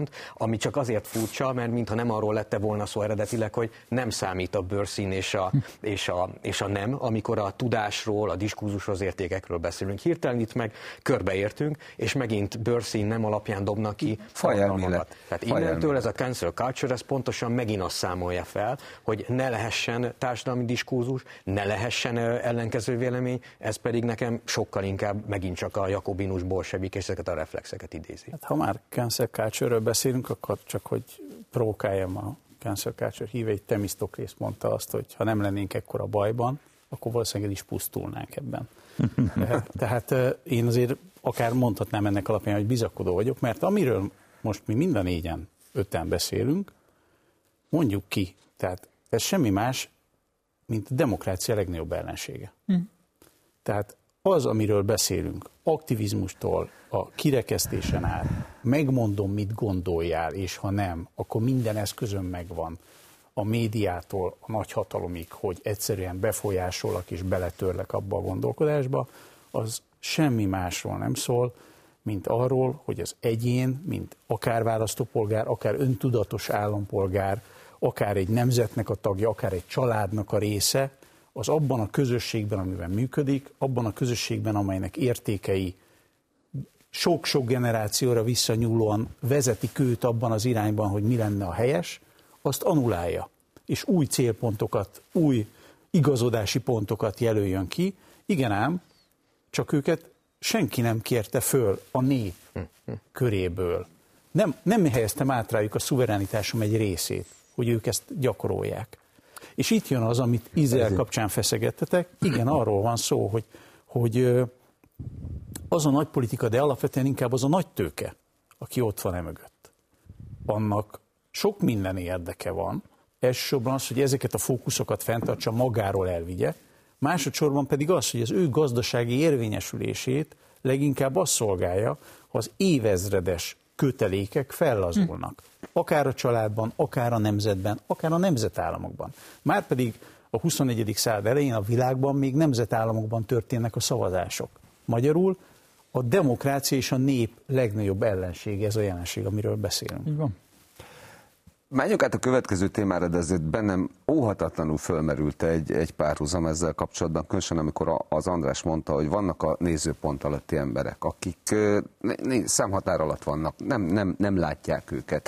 pont, ami csak azért furcsa, mert mintha nem arról lette volna szó eredetileg, hogy nem számít a bőrszín és a, és a, és a nem, amikor a tudásról, a diskurzusról, az értékekről beszélünk. Hirtelen itt meg körbeértünk, és megint bőrszín nem alapján dobnak ki forradalmakat. Tehát innentől ez a cancel culture, ez pontosan megint azt számolja fel, hogy ne lehessen társadalmi diskurzus, ne lehessen ellenkező vélemény, ez pedig nekem sokkal inkább megint csak a jakobinus bolsevik és ezeket a reflexeket idézi. Hát, ha már cancel culture-ről beszélünk, akkor csak hogy provokáljam a cancel culture híveit, Themisztoklész mondta azt, hogy ha nem lennénk ekkora bajban, akkor valószínűleg is pusztulnánk ebben. Tehát, tehát én azért akár mondhatnám ennek alapján, hogy bizakodó vagyok, mert amiről most mi mind a négyen, öten beszélünk, mondjuk ki, tehát ez semmi más, mint a demokrácia legnagyobb ellensége. Hm. Tehát az, amiről beszélünk, aktivizmustól a kirekesztésen át, megmondom, mit gondoljál, és ha nem, akkor minden eszközön megvan, a médiától a nagyhatalomig, hogy egyszerűen befolyásolak és beletörlek abba a gondolkodásba, az semmi másról nem szól, mint arról, hogy az egyén, mint akár választópolgár, akár öntudatos állampolgár, akár egy nemzetnek a tagja, akár egy családnak a része, az abban a közösségben, amiben működik, abban a közösségben, amelynek értékei sok-sok generációra visszanyúlóan vezetik őt abban az irányban, hogy mi lenne a helyes, azt annulálja, és új célpontokat, új igazodási pontokat jelöljön ki. Igen ám, csak őket senki nem kérte föl a nép köréből. Nem, nem helyeztem át rájuk a szuverenitásom egy részét, hogy ők ezt gyakorolják. És itt jön az, amit Izrael kapcsán feszegettetek. Igen, arról van szó, hogy, hogy az a nagy politika, de alapvetően inkább az a nagy tőke, aki ott van emögött. Annak sok minden érdeke van, elsősorban az, hogy ezeket a fókuszokat fenntartsa, magáról elvigye, másodszorban pedig az, hogy az ő gazdasági érvényesülését leginkább azt szolgálja, ha az évezredes kötelékek fellazulnak. Akár a családban, akár a nemzetben, akár a nemzetállamokban. Márpedig a huszonegyedik század elején a világban még nemzetállamokban történnek a szavazások. Magyarul a demokrácia és a nép legnagyobb ellensége ez a jelenség, amiről beszélünk. Így van. Menjünk át a következő témára, de ezért bennem óhatatlanul fölmerült egy, egy párhuzam ezzel kapcsolatban, különösen amikor az András mondta, hogy vannak a nézőpont alatti emberek, akik szemhatár alatt vannak, nem, nem, nem látják őket.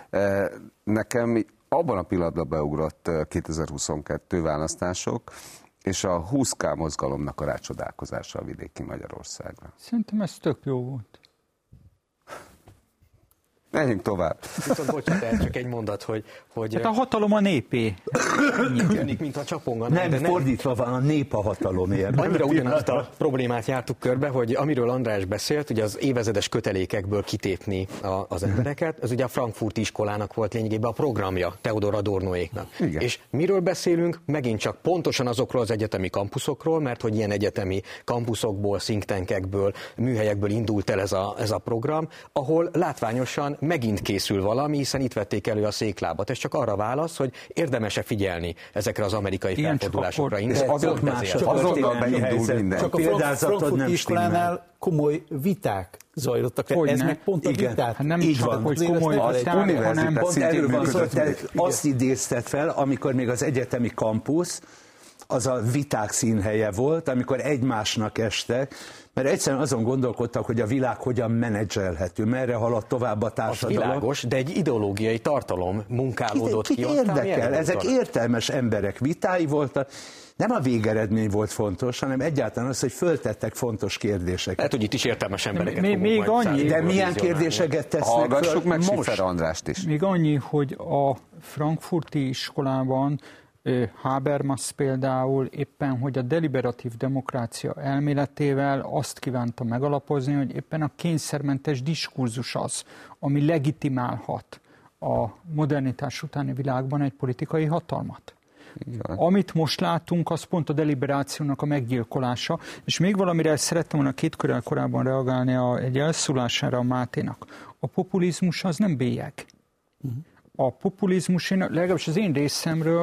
Nekem abban a pillanatban beugrott kétezer-huszonkettő választások, és a húsz ká mozgalomnak a rácsodálkozása a vidéki Magyarországra. Szerintem ez tök jó volt. Menjünk tovább. Viszont bocsánat, csak egy mondat, hogy... hogy hát a hatalom a népé. Tűnik, mintha csapongana. Nem, nem, fordítva van, a nép a hatalomért. Annyira ugyanazt a problémát jártuk körbe, hogy amiről András beszélt, ugye az évezedes kötelékekből kitépni a, az embereket, ez ugye a frankfurti iskolának volt lényegében a programja, Theodor Adornoéknak. Igen. És miről beszélünk? Megint csak pontosan azokról az egyetemi kampuszokról, mert hogy ilyen egyetemi kampuszokból, think tankekből, műhelyekből indult el ez a, ez a program, ahol látványosan megint készül valami, hiszen itt vették elő a széklábat. Ez csak arra válasz, hogy érdemes-e figyelni ezekre az amerikai felfordulásokra. És azok más, azonnal beindul minden. Csak a frankfurti iskolánál komoly viták zajlottak. Hogy ez ne? meg pont a Igen. viták. Hát nem Így csak, van. hogy komoly viták, hanem pont erről van szó, te azt idézted fel, amikor még az egyetemi kampusz, az a viták színhelye volt, amikor egymásnak estek, mert egyszerűen azon gondolkodtak, hogy a világ hogyan menedzselhető, merre halad tovább a társadalom. Az világos, de egy ideológiai tartalom munkálódott ki. Ki érdekel? Ezek értelmes emberek vitái voltak. Nem a végeredmény volt fontos, hanem egyáltalán az, hogy föltettek fontos kérdéseket. Lehet, hogy itt is értelmes embereket még, még annyi, De milyen kérdéseket tesznek Hallgassuk föl meg most? Schiffer Andrást is. Még annyi, hogy a frankfurti iskolában Habermas például éppen, hogy a deliberatív demokrácia elméletével azt kívánta megalapozni, hogy éppen a kényszermentes diskurzus az, ami legitimálhat a modernitás utáni világban egy politikai hatalmat. Igen. Amit most látunk, az pont a deliberációnak a meggyilkolása, és még valamire szerettem volna két körrel korábban reagálni a, egy elszólására a Máténak. A populizmus az nem bélyeg. Uh-huh. A populizmus, én, legalábbis az én részemről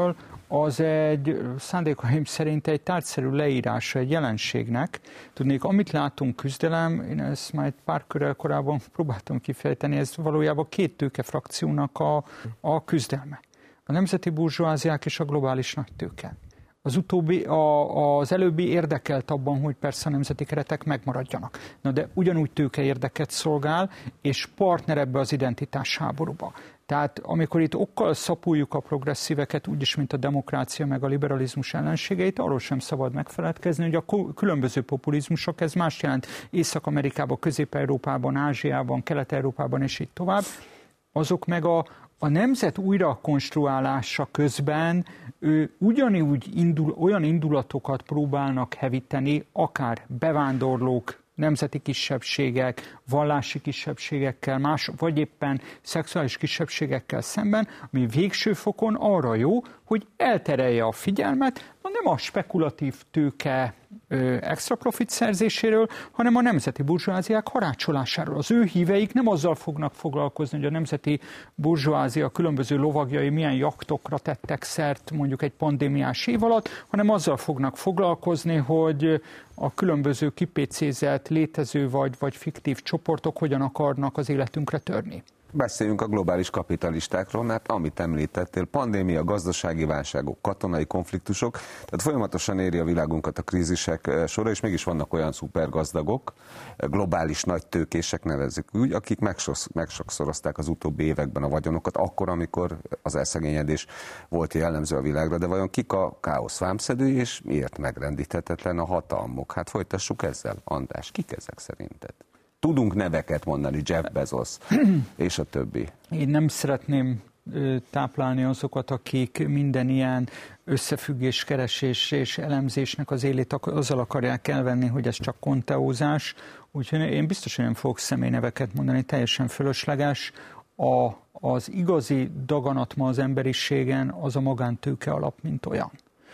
az egy szándékaim szerint egy tárgyszerű leírása egy jelenségnek. Tudnék, amit látunk küzdelem, én ezt már pár körrel korábban próbáltam kifejteni, ez valójában két tőke frakciónak a, a küzdelme. A nemzeti burzsóáziák és a globális nagytőke. Az utóbbi, a, az előbbi érdekelt abban, hogy persze a nemzeti keretek megmaradjanak. Na de ugyanúgy tőke érdeket szolgál, és partner ebbe az identitás háborúba. Tehát amikor itt okkal szapuljuk a progresszíveket, úgyis, mint a demokrácia meg a liberalizmus ellenségeit, arról sem szabad megfeledkezni, hogy a különböző populizmusok, ez más jelent Észak-Amerikában, Közép-Európában, Ázsiában, Kelet-Európában és így tovább, azok meg a, a nemzet újrakonstruálása közben ő ugyanúgy indul, olyan indulatokat próbálnak hevíteni, akár bevándorlók, nemzeti kisebbségek, vallási kisebbségekkel, más, vagy éppen szexuális kisebbségekkel szemben, ami végső fokon arra jó, hogy elterelje a figyelmet, nem a spekulatív tőke ö, extra profit szerzéséről, hanem a nemzeti burzsóáziák harácsolásáról. Az ő híveik nem azzal fognak foglalkozni, hogy a nemzeti burzsóázia különböző lovagjai milyen jachtokra tettek szert mondjuk egy pandémiás év alatt, hanem azzal fognak foglalkozni, hogy a különböző kipécézett, létező vagy, vagy fiktív csoportok hogyan akarnak az életünkre törni. Beszéljünk a globális kapitalistákról, mert amit említettél, pandémia, gazdasági válságok, katonai konfliktusok, tehát folyamatosan éri a világunkat a krízisek sora, és mégis vannak olyan szupergazdagok, globális nagytőkések nevezzük úgy, akik megsokszorozták az utóbbi években a vagyonokat, akkor, amikor az elszegényedés volt jellemző a világra, de vajon kik a káosz vámszedői, és miért megrendíthetetlen a hatalmuk? Hát folytassuk ezzel, András, kik ezek szerinted? Tudunk neveket mondani, Jeff Bezos és a többi. Én nem szeretném táplálni azokat, akik minden ilyen összefüggés, keresés és elemzésnek az élét azzal akarják elvenni, hogy ez csak konteózás. Úgyhogy én biztos, hogy nem fogok személyneveket mondani, teljesen fölösleges. A, az igazi daganat ma az emberiségen az a magántőke alap, mint olyan.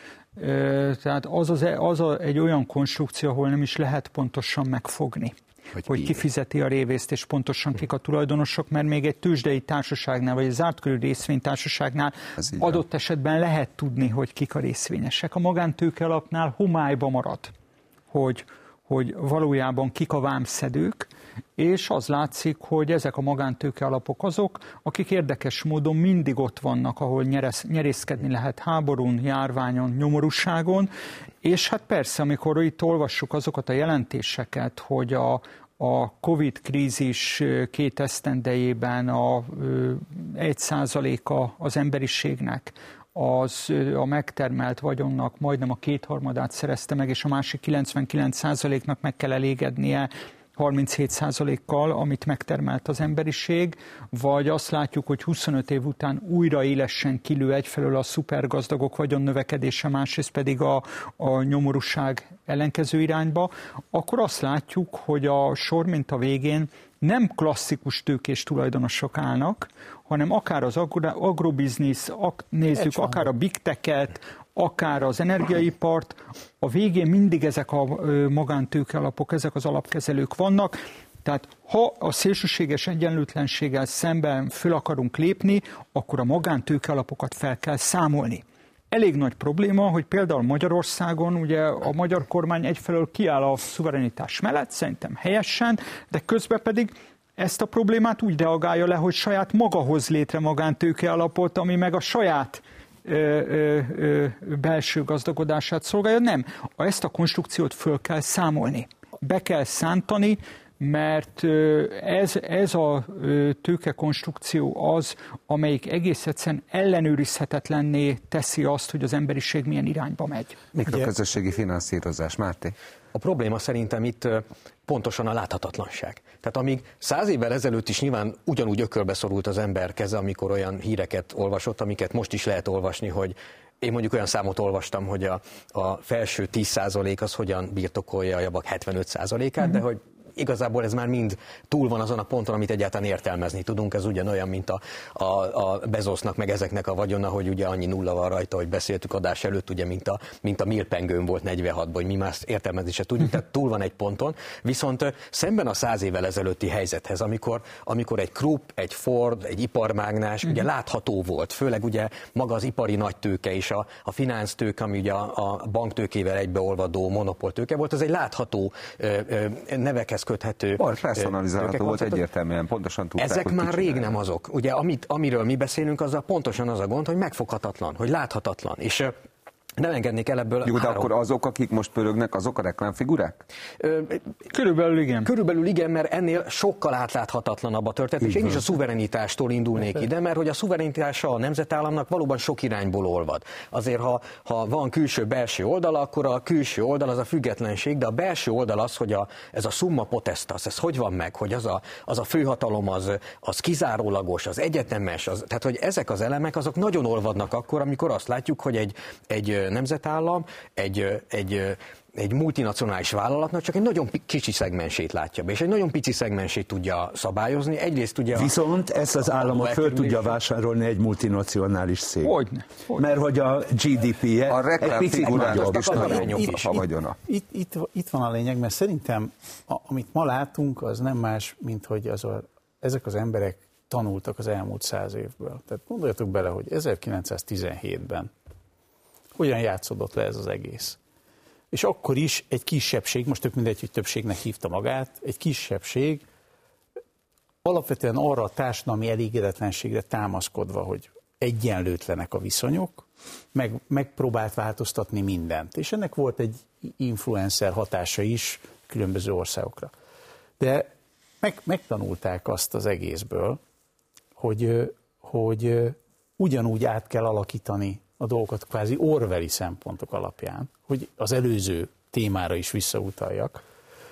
Tehát az, az, az a, egy olyan konstrukció, ahol nem is lehet pontosan megfogni. Hogy, hogy ki fizeti a révészt, és pontosan kik a tulajdonosok, mert még egy tőzsdei társaságnál, vagy egy zártkörű részvénytársaságnál adott van. Esetben lehet tudni, hogy kik a részvényesek. A magántőke alapnál homályba marad, hogy, hogy valójában kik a vámszedők, és az látszik, hogy ezek a magántőke alapok azok, akik érdekes módon mindig ott vannak, ahol nyeresz, nyerészkedni lehet háborún, járványon, nyomorúságon, és hát persze, amikor itt olvassuk azokat a jelentéseket, hogy a, a Covid krízis két esztendejében a egy százaléka az emberiségnek az a megtermelt vagyonnak majdnem a kétharmadát szerezte meg, és a másik kilencvenkilenc százaléknak meg kell elégednie harminchét százalékkal, amit megtermelt az emberiség, vagy azt látjuk, hogy huszonöt év után újra élesen kilő egyfelől a szupergazdagok vagyonnövekedése, másrészt pedig a, a nyomorúság ellenkező irányba, akkor azt látjuk, hogy a sor mint a végén nem klasszikus tőkés tulajdonosok állnak, hanem akár az agrobiznisz, ak, nézzük, akár a big tech-et, akár az energiaipart, a végén mindig ezek a magántőke alapok, ezek az alapkezelők vannak. Tehát ha a szélsőséges egyenlőtlenséggel szemben föl akarunk lépni, akkor a magántőke alapokat fel kell számolni. Elég nagy probléma, hogy például Magyarországon ugye a magyar kormány egyfelől kiáll a szuverenitás mellett, szerintem helyesen, de közben pedig ezt a problémát úgy reagálja le, hogy saját maga hoz létre magántőke alapot, ami meg a saját Ö, ö, ö, belső gazdagodását szolgálja. Nem. Ezt a konstrukciót föl kell számolni. Be kell szántani, mert ez, ez a tőkekonstrukció az, amelyik egész egyszerűen ellenőrizhetetlenné teszi azt, hogy az emberiség milyen irányba megy. Mikroközösségi finanszírozás, Máté? A probléma szerintem itt pontosan a láthatatlanság. Tehát amíg száz évvel ezelőtt is nyilván ugyanúgy ökölbe szorult az ember keze, amikor olyan híreket olvasott, amiket most is lehet olvasni, hogy én mondjuk olyan számot olvastam, hogy a, a felső tíz százalék az hogyan birtokolja a javak hetvenöt százalékát, mm-hmm. de hogy igazából ez már mind túl van azon a ponton, amit egyáltalán értelmezni tudunk. Ez ugyanolyan, mint a, a, a Bezosnak, meg ezeknek a vagyona, hogy ugye annyi nulla van rajta, hogy beszéltük adás előtt, ugye, mint a, mint a Milpengőn volt negyvenhatban, hogy mi más értelmezni se tudjuk, tehát túl van egy ponton. Viszont szemben a száz évvel ezelőtti helyzethez, amikor, amikor egy Krupp, egy Ford, egy iparmágnás, ugye látható volt, főleg ugye maga az ipari nagytőke és a, a finansztőke, ami ugye a, a banktőkével egybeolvadó monopoltőke volt, az egy látható ö, ö, nevekhez köthető. Personalizálható volt egyértelműen, pontosan tudták, ezek hogy már rég nem azok. Ugye, amit, amiről mi beszélünk, az a pontosan az a gond, hogy megfoghatatlan, hogy láthatatlan. És nem engednék el ebből. Jó, de három. akkor azok, akik most pörögnek, azok a reklámfigurák? Ö, Körülbelül igen. Körülbelül igen, mert ennél sokkal átláthatatlanabb a történet, és én is a szuverenitástól indulnék ide, mert hogy a szuverenitása a nemzetállamnak valóban sok irányból olvad. Azért, ha, ha van külső-belső oldala, akkor a külső oldal az a függetlenség, de a belső oldal az, hogy a, ez a summa potestas, ez hogy van meg, hogy az a, az a főhatalom az, az kizárólagos, az egyetemes, az, tehát hogy ezek az elemek azok nagyon olvadnak akkor, amikor azt látjuk, hogy egy, egy nemzetállam, egy, egy, egy multinacionális vállalatnak csak egy nagyon kicsi szegmensét látja be, és egy nagyon pici szegmensét tudja szabályozni. Egyrészt ugye Viszont a, ezt az államot föl tudja vásárolni egy multinacionális cég. Hogyne, hogyne. Mert hogy a gé dé pé-je a egy picit nagyobb. is nagyobb a vagyona. Itt, itt, itt van a lényeg, mert szerintem a, amit ma látunk, az nem más, mint hogy az a, ezek az emberek tanultak az elmúlt száz évből. Tehát gondoljatok bele, hogy ezerkilencszáztizenhétben hogyan játszódott le ez az egész. És akkor is egy kisebbség, most tök mindegy, hogy többségnek hívta magát, egy kisebbség alapvetően arra a társadalmi elégedetlenségre támaszkodva, hogy egyenlőtlenek a viszonyok, meg, megpróbált változtatni mindent. És ennek volt egy influencer hatása is különböző országokra. De meg, megtanulták azt az egészből, hogy, hogy ugyanúgy át kell alakítani a dolgokat kvázi orwelli szempontok alapján, hogy az előző témára is visszautaljak,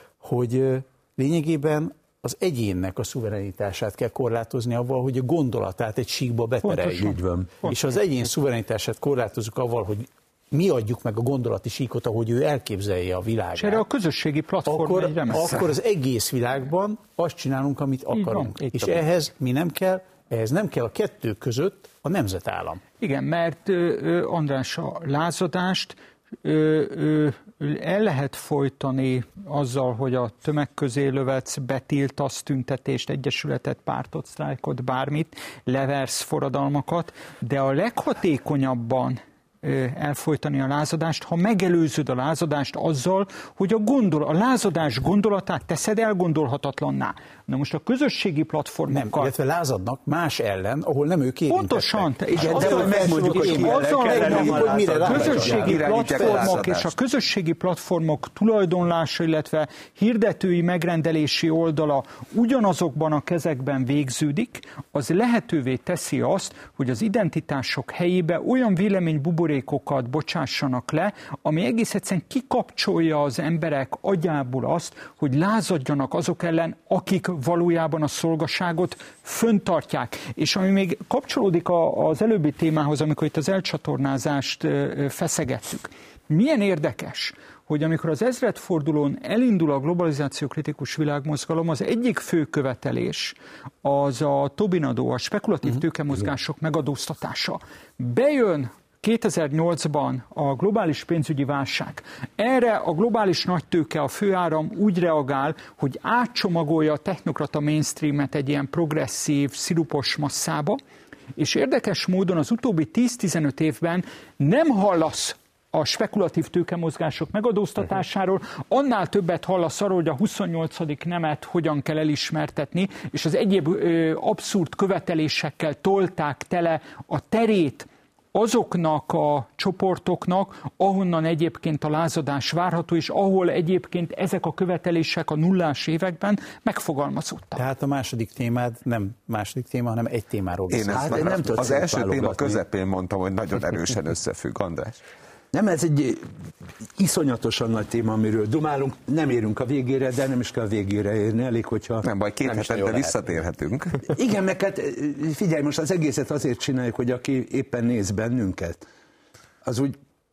hogy lényegében az egyénnek a szuverenitását kell korlátozni avval, hogy a gondolatát egy síkba betereljük. És az egyén szuverenitását korlátozzuk avval, hogy mi adjuk meg a gondolati síkot, ahogy ő elképzelje a világát. És erre a közösségi platform akkor, egy remek. akkor az egész világban azt csinálunk, amit akarunk. Van, és ehhez mi nem kell, ehhez nem kell a kettő között a nemzetállam. Igen, mert ö, András, a lázadást ö, ö, el lehet folytani azzal, hogy a tömeg közé lövetsz, betiltasz tüntetést, egyesületet, pártot, sztrájkot, bármit, leversz forradalmakat, de a leghatékonyabban elfolytani a lázadást, ha megelőzöd a lázadást azzal, hogy a, gondol, a lázadás gondolatát teszed elgondolhatatlanná. Na most a közösségi platformokkal... Nem, illetve lázadnak más ellen, ahol nem ők érintettek. Pontosan. Igen, de hogy megmondjuk, hogy ki ellen, hogy mire a közösségi platformok és a közösségi platformok tulajdonlása, illetve hirdetői megrendelési oldala ugyanazokban a kezekben végződik, az lehetővé teszi azt, hogy az identitások helyébe olyan véleménybuborékokat bocsássanak le, ami egész egyszerűen kikapcsolja az emberek agyából azt, hogy lázadjanak azok ellen, akik valójában a szolgaságot föntartják. És ami még kapcsolódik az előbbi témához, amikor itt az elcsatornázást feszegettük. Milyen érdekes, hogy amikor az ezredfordulón elindul a globalizáció kritikus világmozgalom, az egyik fő követelés az a Tobin adó, a spekulatív tőkemozgások megadóztatása. Bejön kétezer-nyolcban a globális pénzügyi válság. Erre a globális nagytőke, a főáram úgy reagál, hogy átcsomagolja a technokrata mainstreamet egy ilyen progresszív, szirupos masszába, és érdekes módon az utóbbi tíz-tizenöt évben nem hallasz a spekulatív tőkemozgások megadóztatásáról, annál többet hallasz arról, hogy a huszonnyolcadik nemet hogyan kell elismertetni, és az egyéb ö, abszurd követelésekkel tolták tele a terét azoknak a csoportoknak, ahonnan egyébként a lázadás várható, és ahol egyébként ezek a követelések a nullás években megfogalmazódtak. Tehát a második témád nem második téma, hanem egy témáról beszél. Hát, én nem az első téma közepén mondtam, hogy nagyon erősen összefügg, András. Nem, ez egy iszonyatosan nagy téma, amiről dumálunk, nem érünk a végére, de nem is kell a végére érni, elég, hogyha... Nem baj, két hetente visszatérhetünk. Igen, meg hát figyelj, most az egészet azért csináljuk, hogy aki éppen néz bennünket, az úgy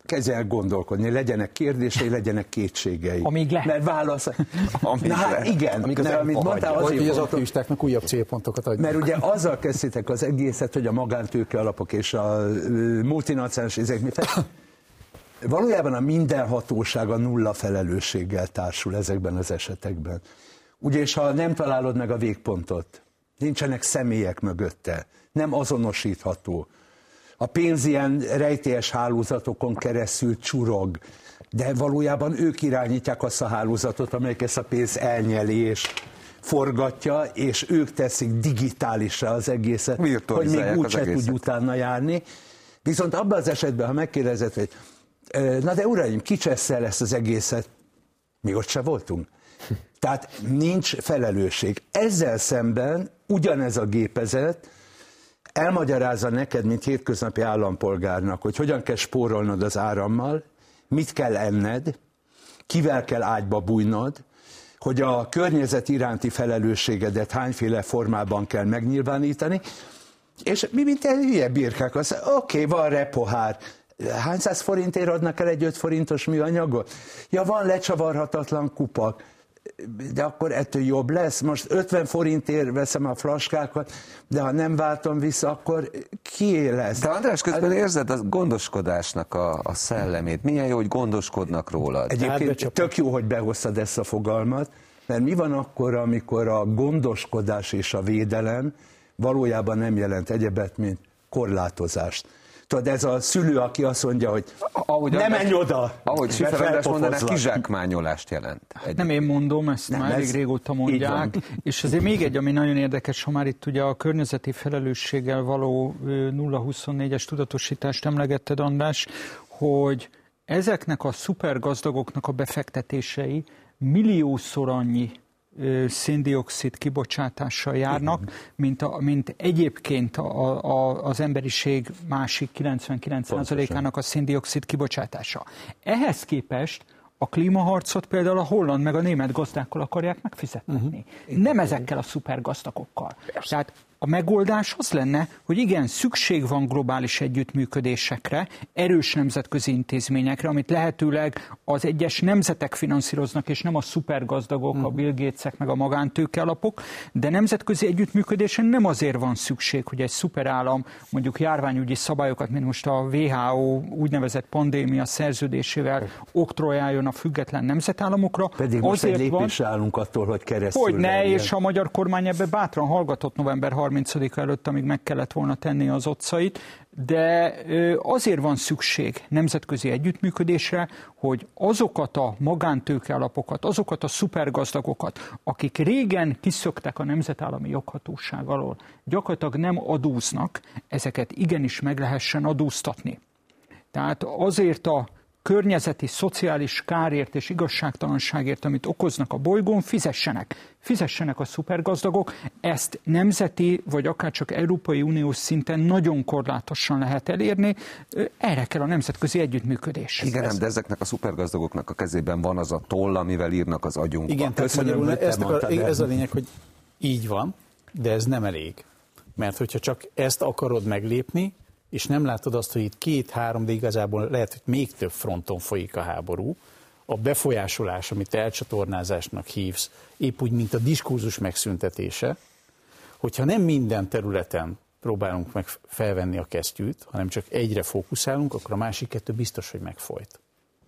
kezdj el gondolkodni, legyenek kérdései, legyenek kétségei. Amíg lehet. Mert válasz... Amíg Na, hát igen, amíg az mert amit mondtál, Vagy, hogy az fontos, aktivistáknak újabb célpontokat adják. mert ugye azzal kezdtétek az egészet, hogy a magántőke alapok és a multinacionális ezek mit valójában a mindenhatóság a nulla felelősséggel társul ezekben az esetekben. Ugye, és ha nem találod meg a végpontot, nincsenek személyek mögötte, nem azonosítható. A pénz ilyen rejtélyes hálózatokon keresztül csurog, de valójában ők irányítják azt a hálózatot, amelyik ezt a pénzt elnyeli és forgatja, és ők teszik digitálisra az egészet, hogy még úgyse tudj utána járni. Viszont abban az esetben, ha megkérdezed, hogy na de uraim, ki csessze el ezt az egészet, mi ott se voltunk. Tehát nincs felelősség. Ezzel szemben ugyanez a gépezet elmagyarázza neked, mint hétköznapi állampolgárnak, hogy hogyan kell spórolnod az árammal, mit kell enned, kivel kell ágyba bújnod, hogy a környezet iránti felelősségedet hányféle formában kell megnyilvánítani, és mi mint egy hülye birkák, az oké, okay, van repohár, hány száz forintért adnak el egy öt forintos műanyagot? Ja, van lecsavarhatatlan kupak, de akkor ettől jobb lesz. Most ötven forintért veszem a flaskákat, de ha nem váltom vissza, akkor kié lesz? De András, közben érzed a gondoskodásnak a, a szellemét. Milyen jó, hogy gondoskodnak rólad. Egyébként tök jó, hogy behoztad ezt a fogalmat, mert mi van akkor, amikor a gondoskodás és a védelem valójában nem jelent egyebet, mint korlátozást. Tudod, ez a szülő, aki azt mondja, hogy ahogy ne menj oda! Ahogy Schiffer András mondaná, kizsákmányolást jelent. Egy. Nem én mondom, ezt nem, már elég régóta mondják. És azért még egy, ami nagyon érdekes, ha már itt ugye a környezeti felelősséggel való nulla huszonnégyes tudatosítást emlegetted, András, hogy ezeknek a szupergazdagoknak a befektetései milliószor annyi széndioxid kibocsátással járnak, mint, a, mint egyébként a, a, az emberiség másik kilencvenkilenc százalékának a széndioxid kibocsátása. Ehhez képest a klímaharcot például a holland meg a német gazdákkal akarják megfizetni. Uh-huh. Nem ezekkel a szupergazdagokkal. Tehát a megoldás az lenne, hogy igen, szükség van globális együttműködésekre, erős nemzetközi intézményekre, amit lehetőleg az egyes nemzetek finanszíroznak, és nem a szupergazdagok, uh-huh. a Bill Gatesek meg a magántőke alapok, de nemzetközi együttműködésen nem azért van szükség, hogy egy szuperállam mondjuk járványügyi szabályokat, mint most a dupla vé há ó úgynevezett pandémia szerződésével oktrojáljon a független nemzetállamokra. Pedig most egy lépésre állunk attól, hogy keresztül. Hogy ne, és a magyar kormány ebbe bátran hallgatott november harmincadika előtt, amíg meg kellett volna tenni az otcait, de azért van szükség nemzetközi együttműködésre, hogy azokat a magántőke alapokat, azokat a szupergazdagokat, akik régen kiszöktek a nemzetállami joghatóság alól, gyakorlatilag nem adóznak, ezeket igenis meg lehessen adóztatni. Tehát azért a környezeti, szociális kárért és igazságtalanságért, amit okoznak a bolygón, fizessenek. Fizessenek a szupergazdagok, ezt nemzeti, vagy akár csak Európai Uniós szinten nagyon korlátosan lehet elérni, erre kell a nemzetközi együttműködés. Igen, ez. De ezeknek a szupergazdagoknak a kezében van az a toll, amivel írnak az agyunkba. Igen, tehát magyarul, ezt akar, ez a lényeg, hogy így van, de ez nem elég. Mert hogyha csak ezt akarod meglépni, és nem látod azt, hogy itt két-három, de igazából lehet, hogy még több fronton folyik a háború, a befolyásolás, amit elcsatornázásnak hívsz, épp úgy, mint a diskurzus megszüntetése, hogyha nem minden területen próbálunk meg felvenni a kesztyűt, hanem csak egyre fókuszálunk, akkor a másik kettő biztos, hogy megfolyt.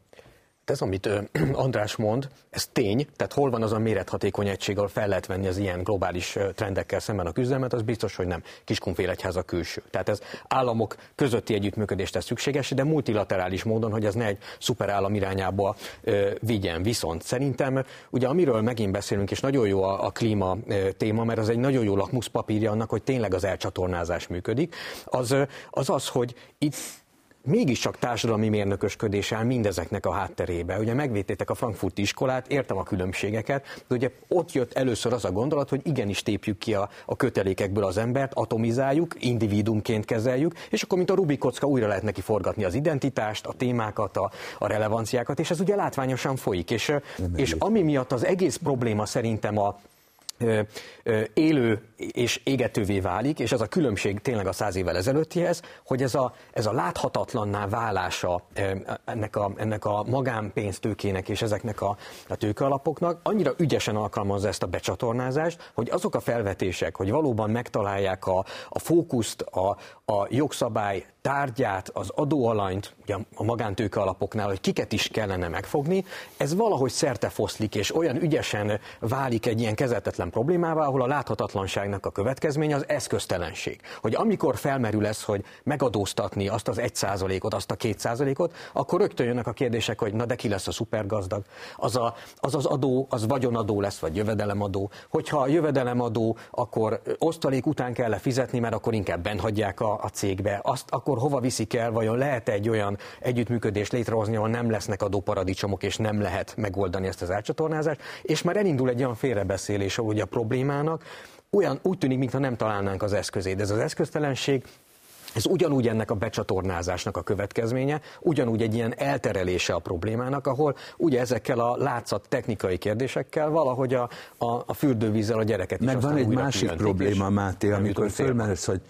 Ez, amit András mond, ez tény, tehát hol van az a mérethatékony egység, ahol fel lehet venni az ilyen globális trendekkel szemben a küzdelmet, az biztos, hogy nem Kiskunfélegyháza külső. Tehát ez államok közötti együttműködést tesz szükséges, de multilaterális módon, hogy ez ne egy szuperállam irányába ö, vigyen. Viszont szerintem, ugye amiről megint beszélünk, és nagyon jó a, a klíma ö, téma, mert az egy nagyon jó lakmuszpapírja annak, hogy tényleg az elcsatornázás működik, az az, az hogy itt mégiscsak társadalmi mérnökösködés áll mindezeknek a hátterébe. Ugye megvédtétek a frankfurti iskolát, értem a különbségeket, de ugye ott jött először az a gondolat, hogy igenis tépjük ki a, a kötelékekből az embert, atomizáljuk, individumként kezeljük, és akkor mint a Rubik kocka újra lehet neki forgatni az identitást, a témákat, a, a relevanciákat, és ez ugye látványosan folyik. És, és ami miatt az egész probléma szerintem a élő és égetővé válik, és ez a különbség tényleg a száz évvel ezelőttihez, hogy ez a, ez a láthatatlanná válása ennek a, ennek a magánpénztőkének és ezeknek a, a tőkealapoknak annyira ügyesen alkalmazza ezt a becsatornázást, hogy azok a felvetések, hogy valóban megtalálják a, a fókuszt, a, a jogszabály tárgyát, az adóalanyt, ugye a magántőkealapoknál, hogy kiket is kellene megfogni, ez valahogy szertefoszlik, és olyan ügyesen válik egy ilyen kezelhetetlen problémává, ahol a láthatatlanságnak a következménye az eszköztelenség. Hogy amikor felmerül ez, hogy megadóztatni azt az egy százalékot, azt a két százalékot, akkor rögtön jönnek a kérdések, hogy na de ki lesz a szupergazdag, az, a, az az adó, az vagyonadó lesz, vagy jövedelemadó. Hogyha a jövedelemadó, akkor osztalék után kell fizetni, mert akkor inkább bennhagyják a, a cégbe. Azt akkor hova viszik el, vajon lehet egy olyan együttműködést létrehozni, ahol nem lesznek adóparadicsomok, és nem lehet megoldani ezt az átcsatornázást, és már elindul egy olyan félrebeszélés, ahogy a problémának olyan, úgy tűnik, mintha nem találnánk az eszközét. Ez az eszköztelenség, ez ugyanúgy ennek a becsatornázásnak a következménye, ugyanúgy egy ilyen elterelése a problémának, ahol ugye ezekkel a látszat technikai kérdésekkel valahogy a, a, a fürdővízzel a gyereket is meg van egy másik probléma, Máté, amikor fölmerülsz, hogy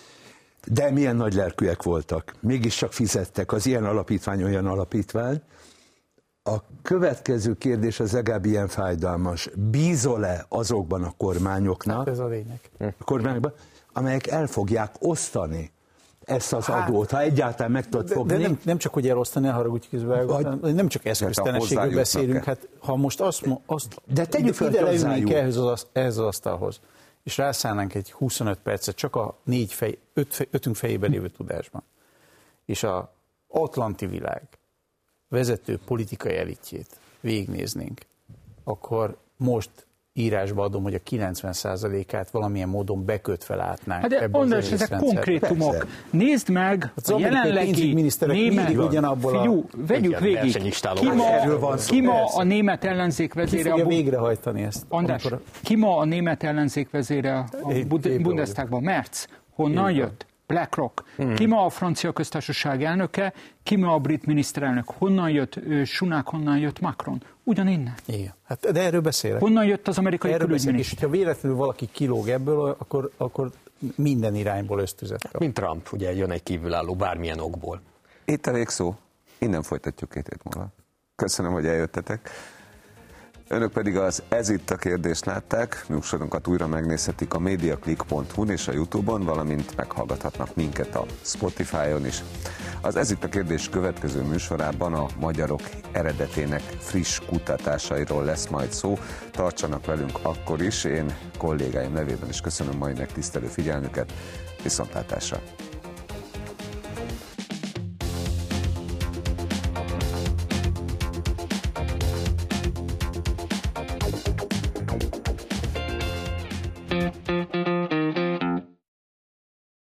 de milyen nagy lelkűek voltak, mégiscsak fizettek, az ilyen alapítvány, olyan alapítvány. A következő kérdés az legalább ilyen fájdalmas. Bízol-e azokban a kormányoknak, hát ez a lényeg. A kormányokban, amelyek el fogják osztani ezt az hát, adót, ha egyáltalán meg tudod fogni? De nem, nem csak, hogy elosztani, haragudj közben, nem csak eszköztelenségről beszélünk, hát ha most azt, azt de tegyük fel, ide leülnénk ehhez az, ehhez az asztalhoz, és rászállnánk egy huszonöt percet csak a négy fej, öt, ötünk fejében lévő tudásban, és az atlanti világ vezető politikai elitjét végignéznénk, akkor most írásba adom, hogy a kilencven százalékát valamilyen módon bekötve látnánk. Hát de András, ezek konkrétumok. Persze. Nézd meg az a jelenlegi német, ugyanabból a... Figyú, vegyük végig. Ki ma, ki ma a német ellenzék vezére... Ki fogja a végrehajtani ezt? András, amikor... ki ma a német ellenzék vezére a Bundestagban? Merz. Honnan jött? BlackRock. Hmm. Ki ma a francia köztársaság elnöke, ki ma a brit miniszterelnök. Honnan jött Sunak, honnan jött Macron? Ugyaninnen. Igen. Hát, de erről beszélek. Honnan jött az amerikai külügyminiszter? És ha véletlenül valaki kilóg ebből, akkor, akkor minden irányból ösztüzet kap. Mint Trump, ugye jön egy kívülálló bármilyen okból. Itt a végszó. Innen folytatjuk két hét múlva. Köszönöm, hogy eljöttetek. Önök pedig az Ez itt a kérdést látták, műsorunkat újra megnézhetik a mediaclick pont hu-n és a YouTube-on, valamint meghallgathatnak minket a Spotify-on is. Az Ez itt a kérdés következő műsorában a magyarok eredetének friss kutatásairól lesz majd szó. Tartsanak velünk akkor is, én kollégáim nevében is köszönöm mai megtisztelő figyelmüket, viszontlátásra!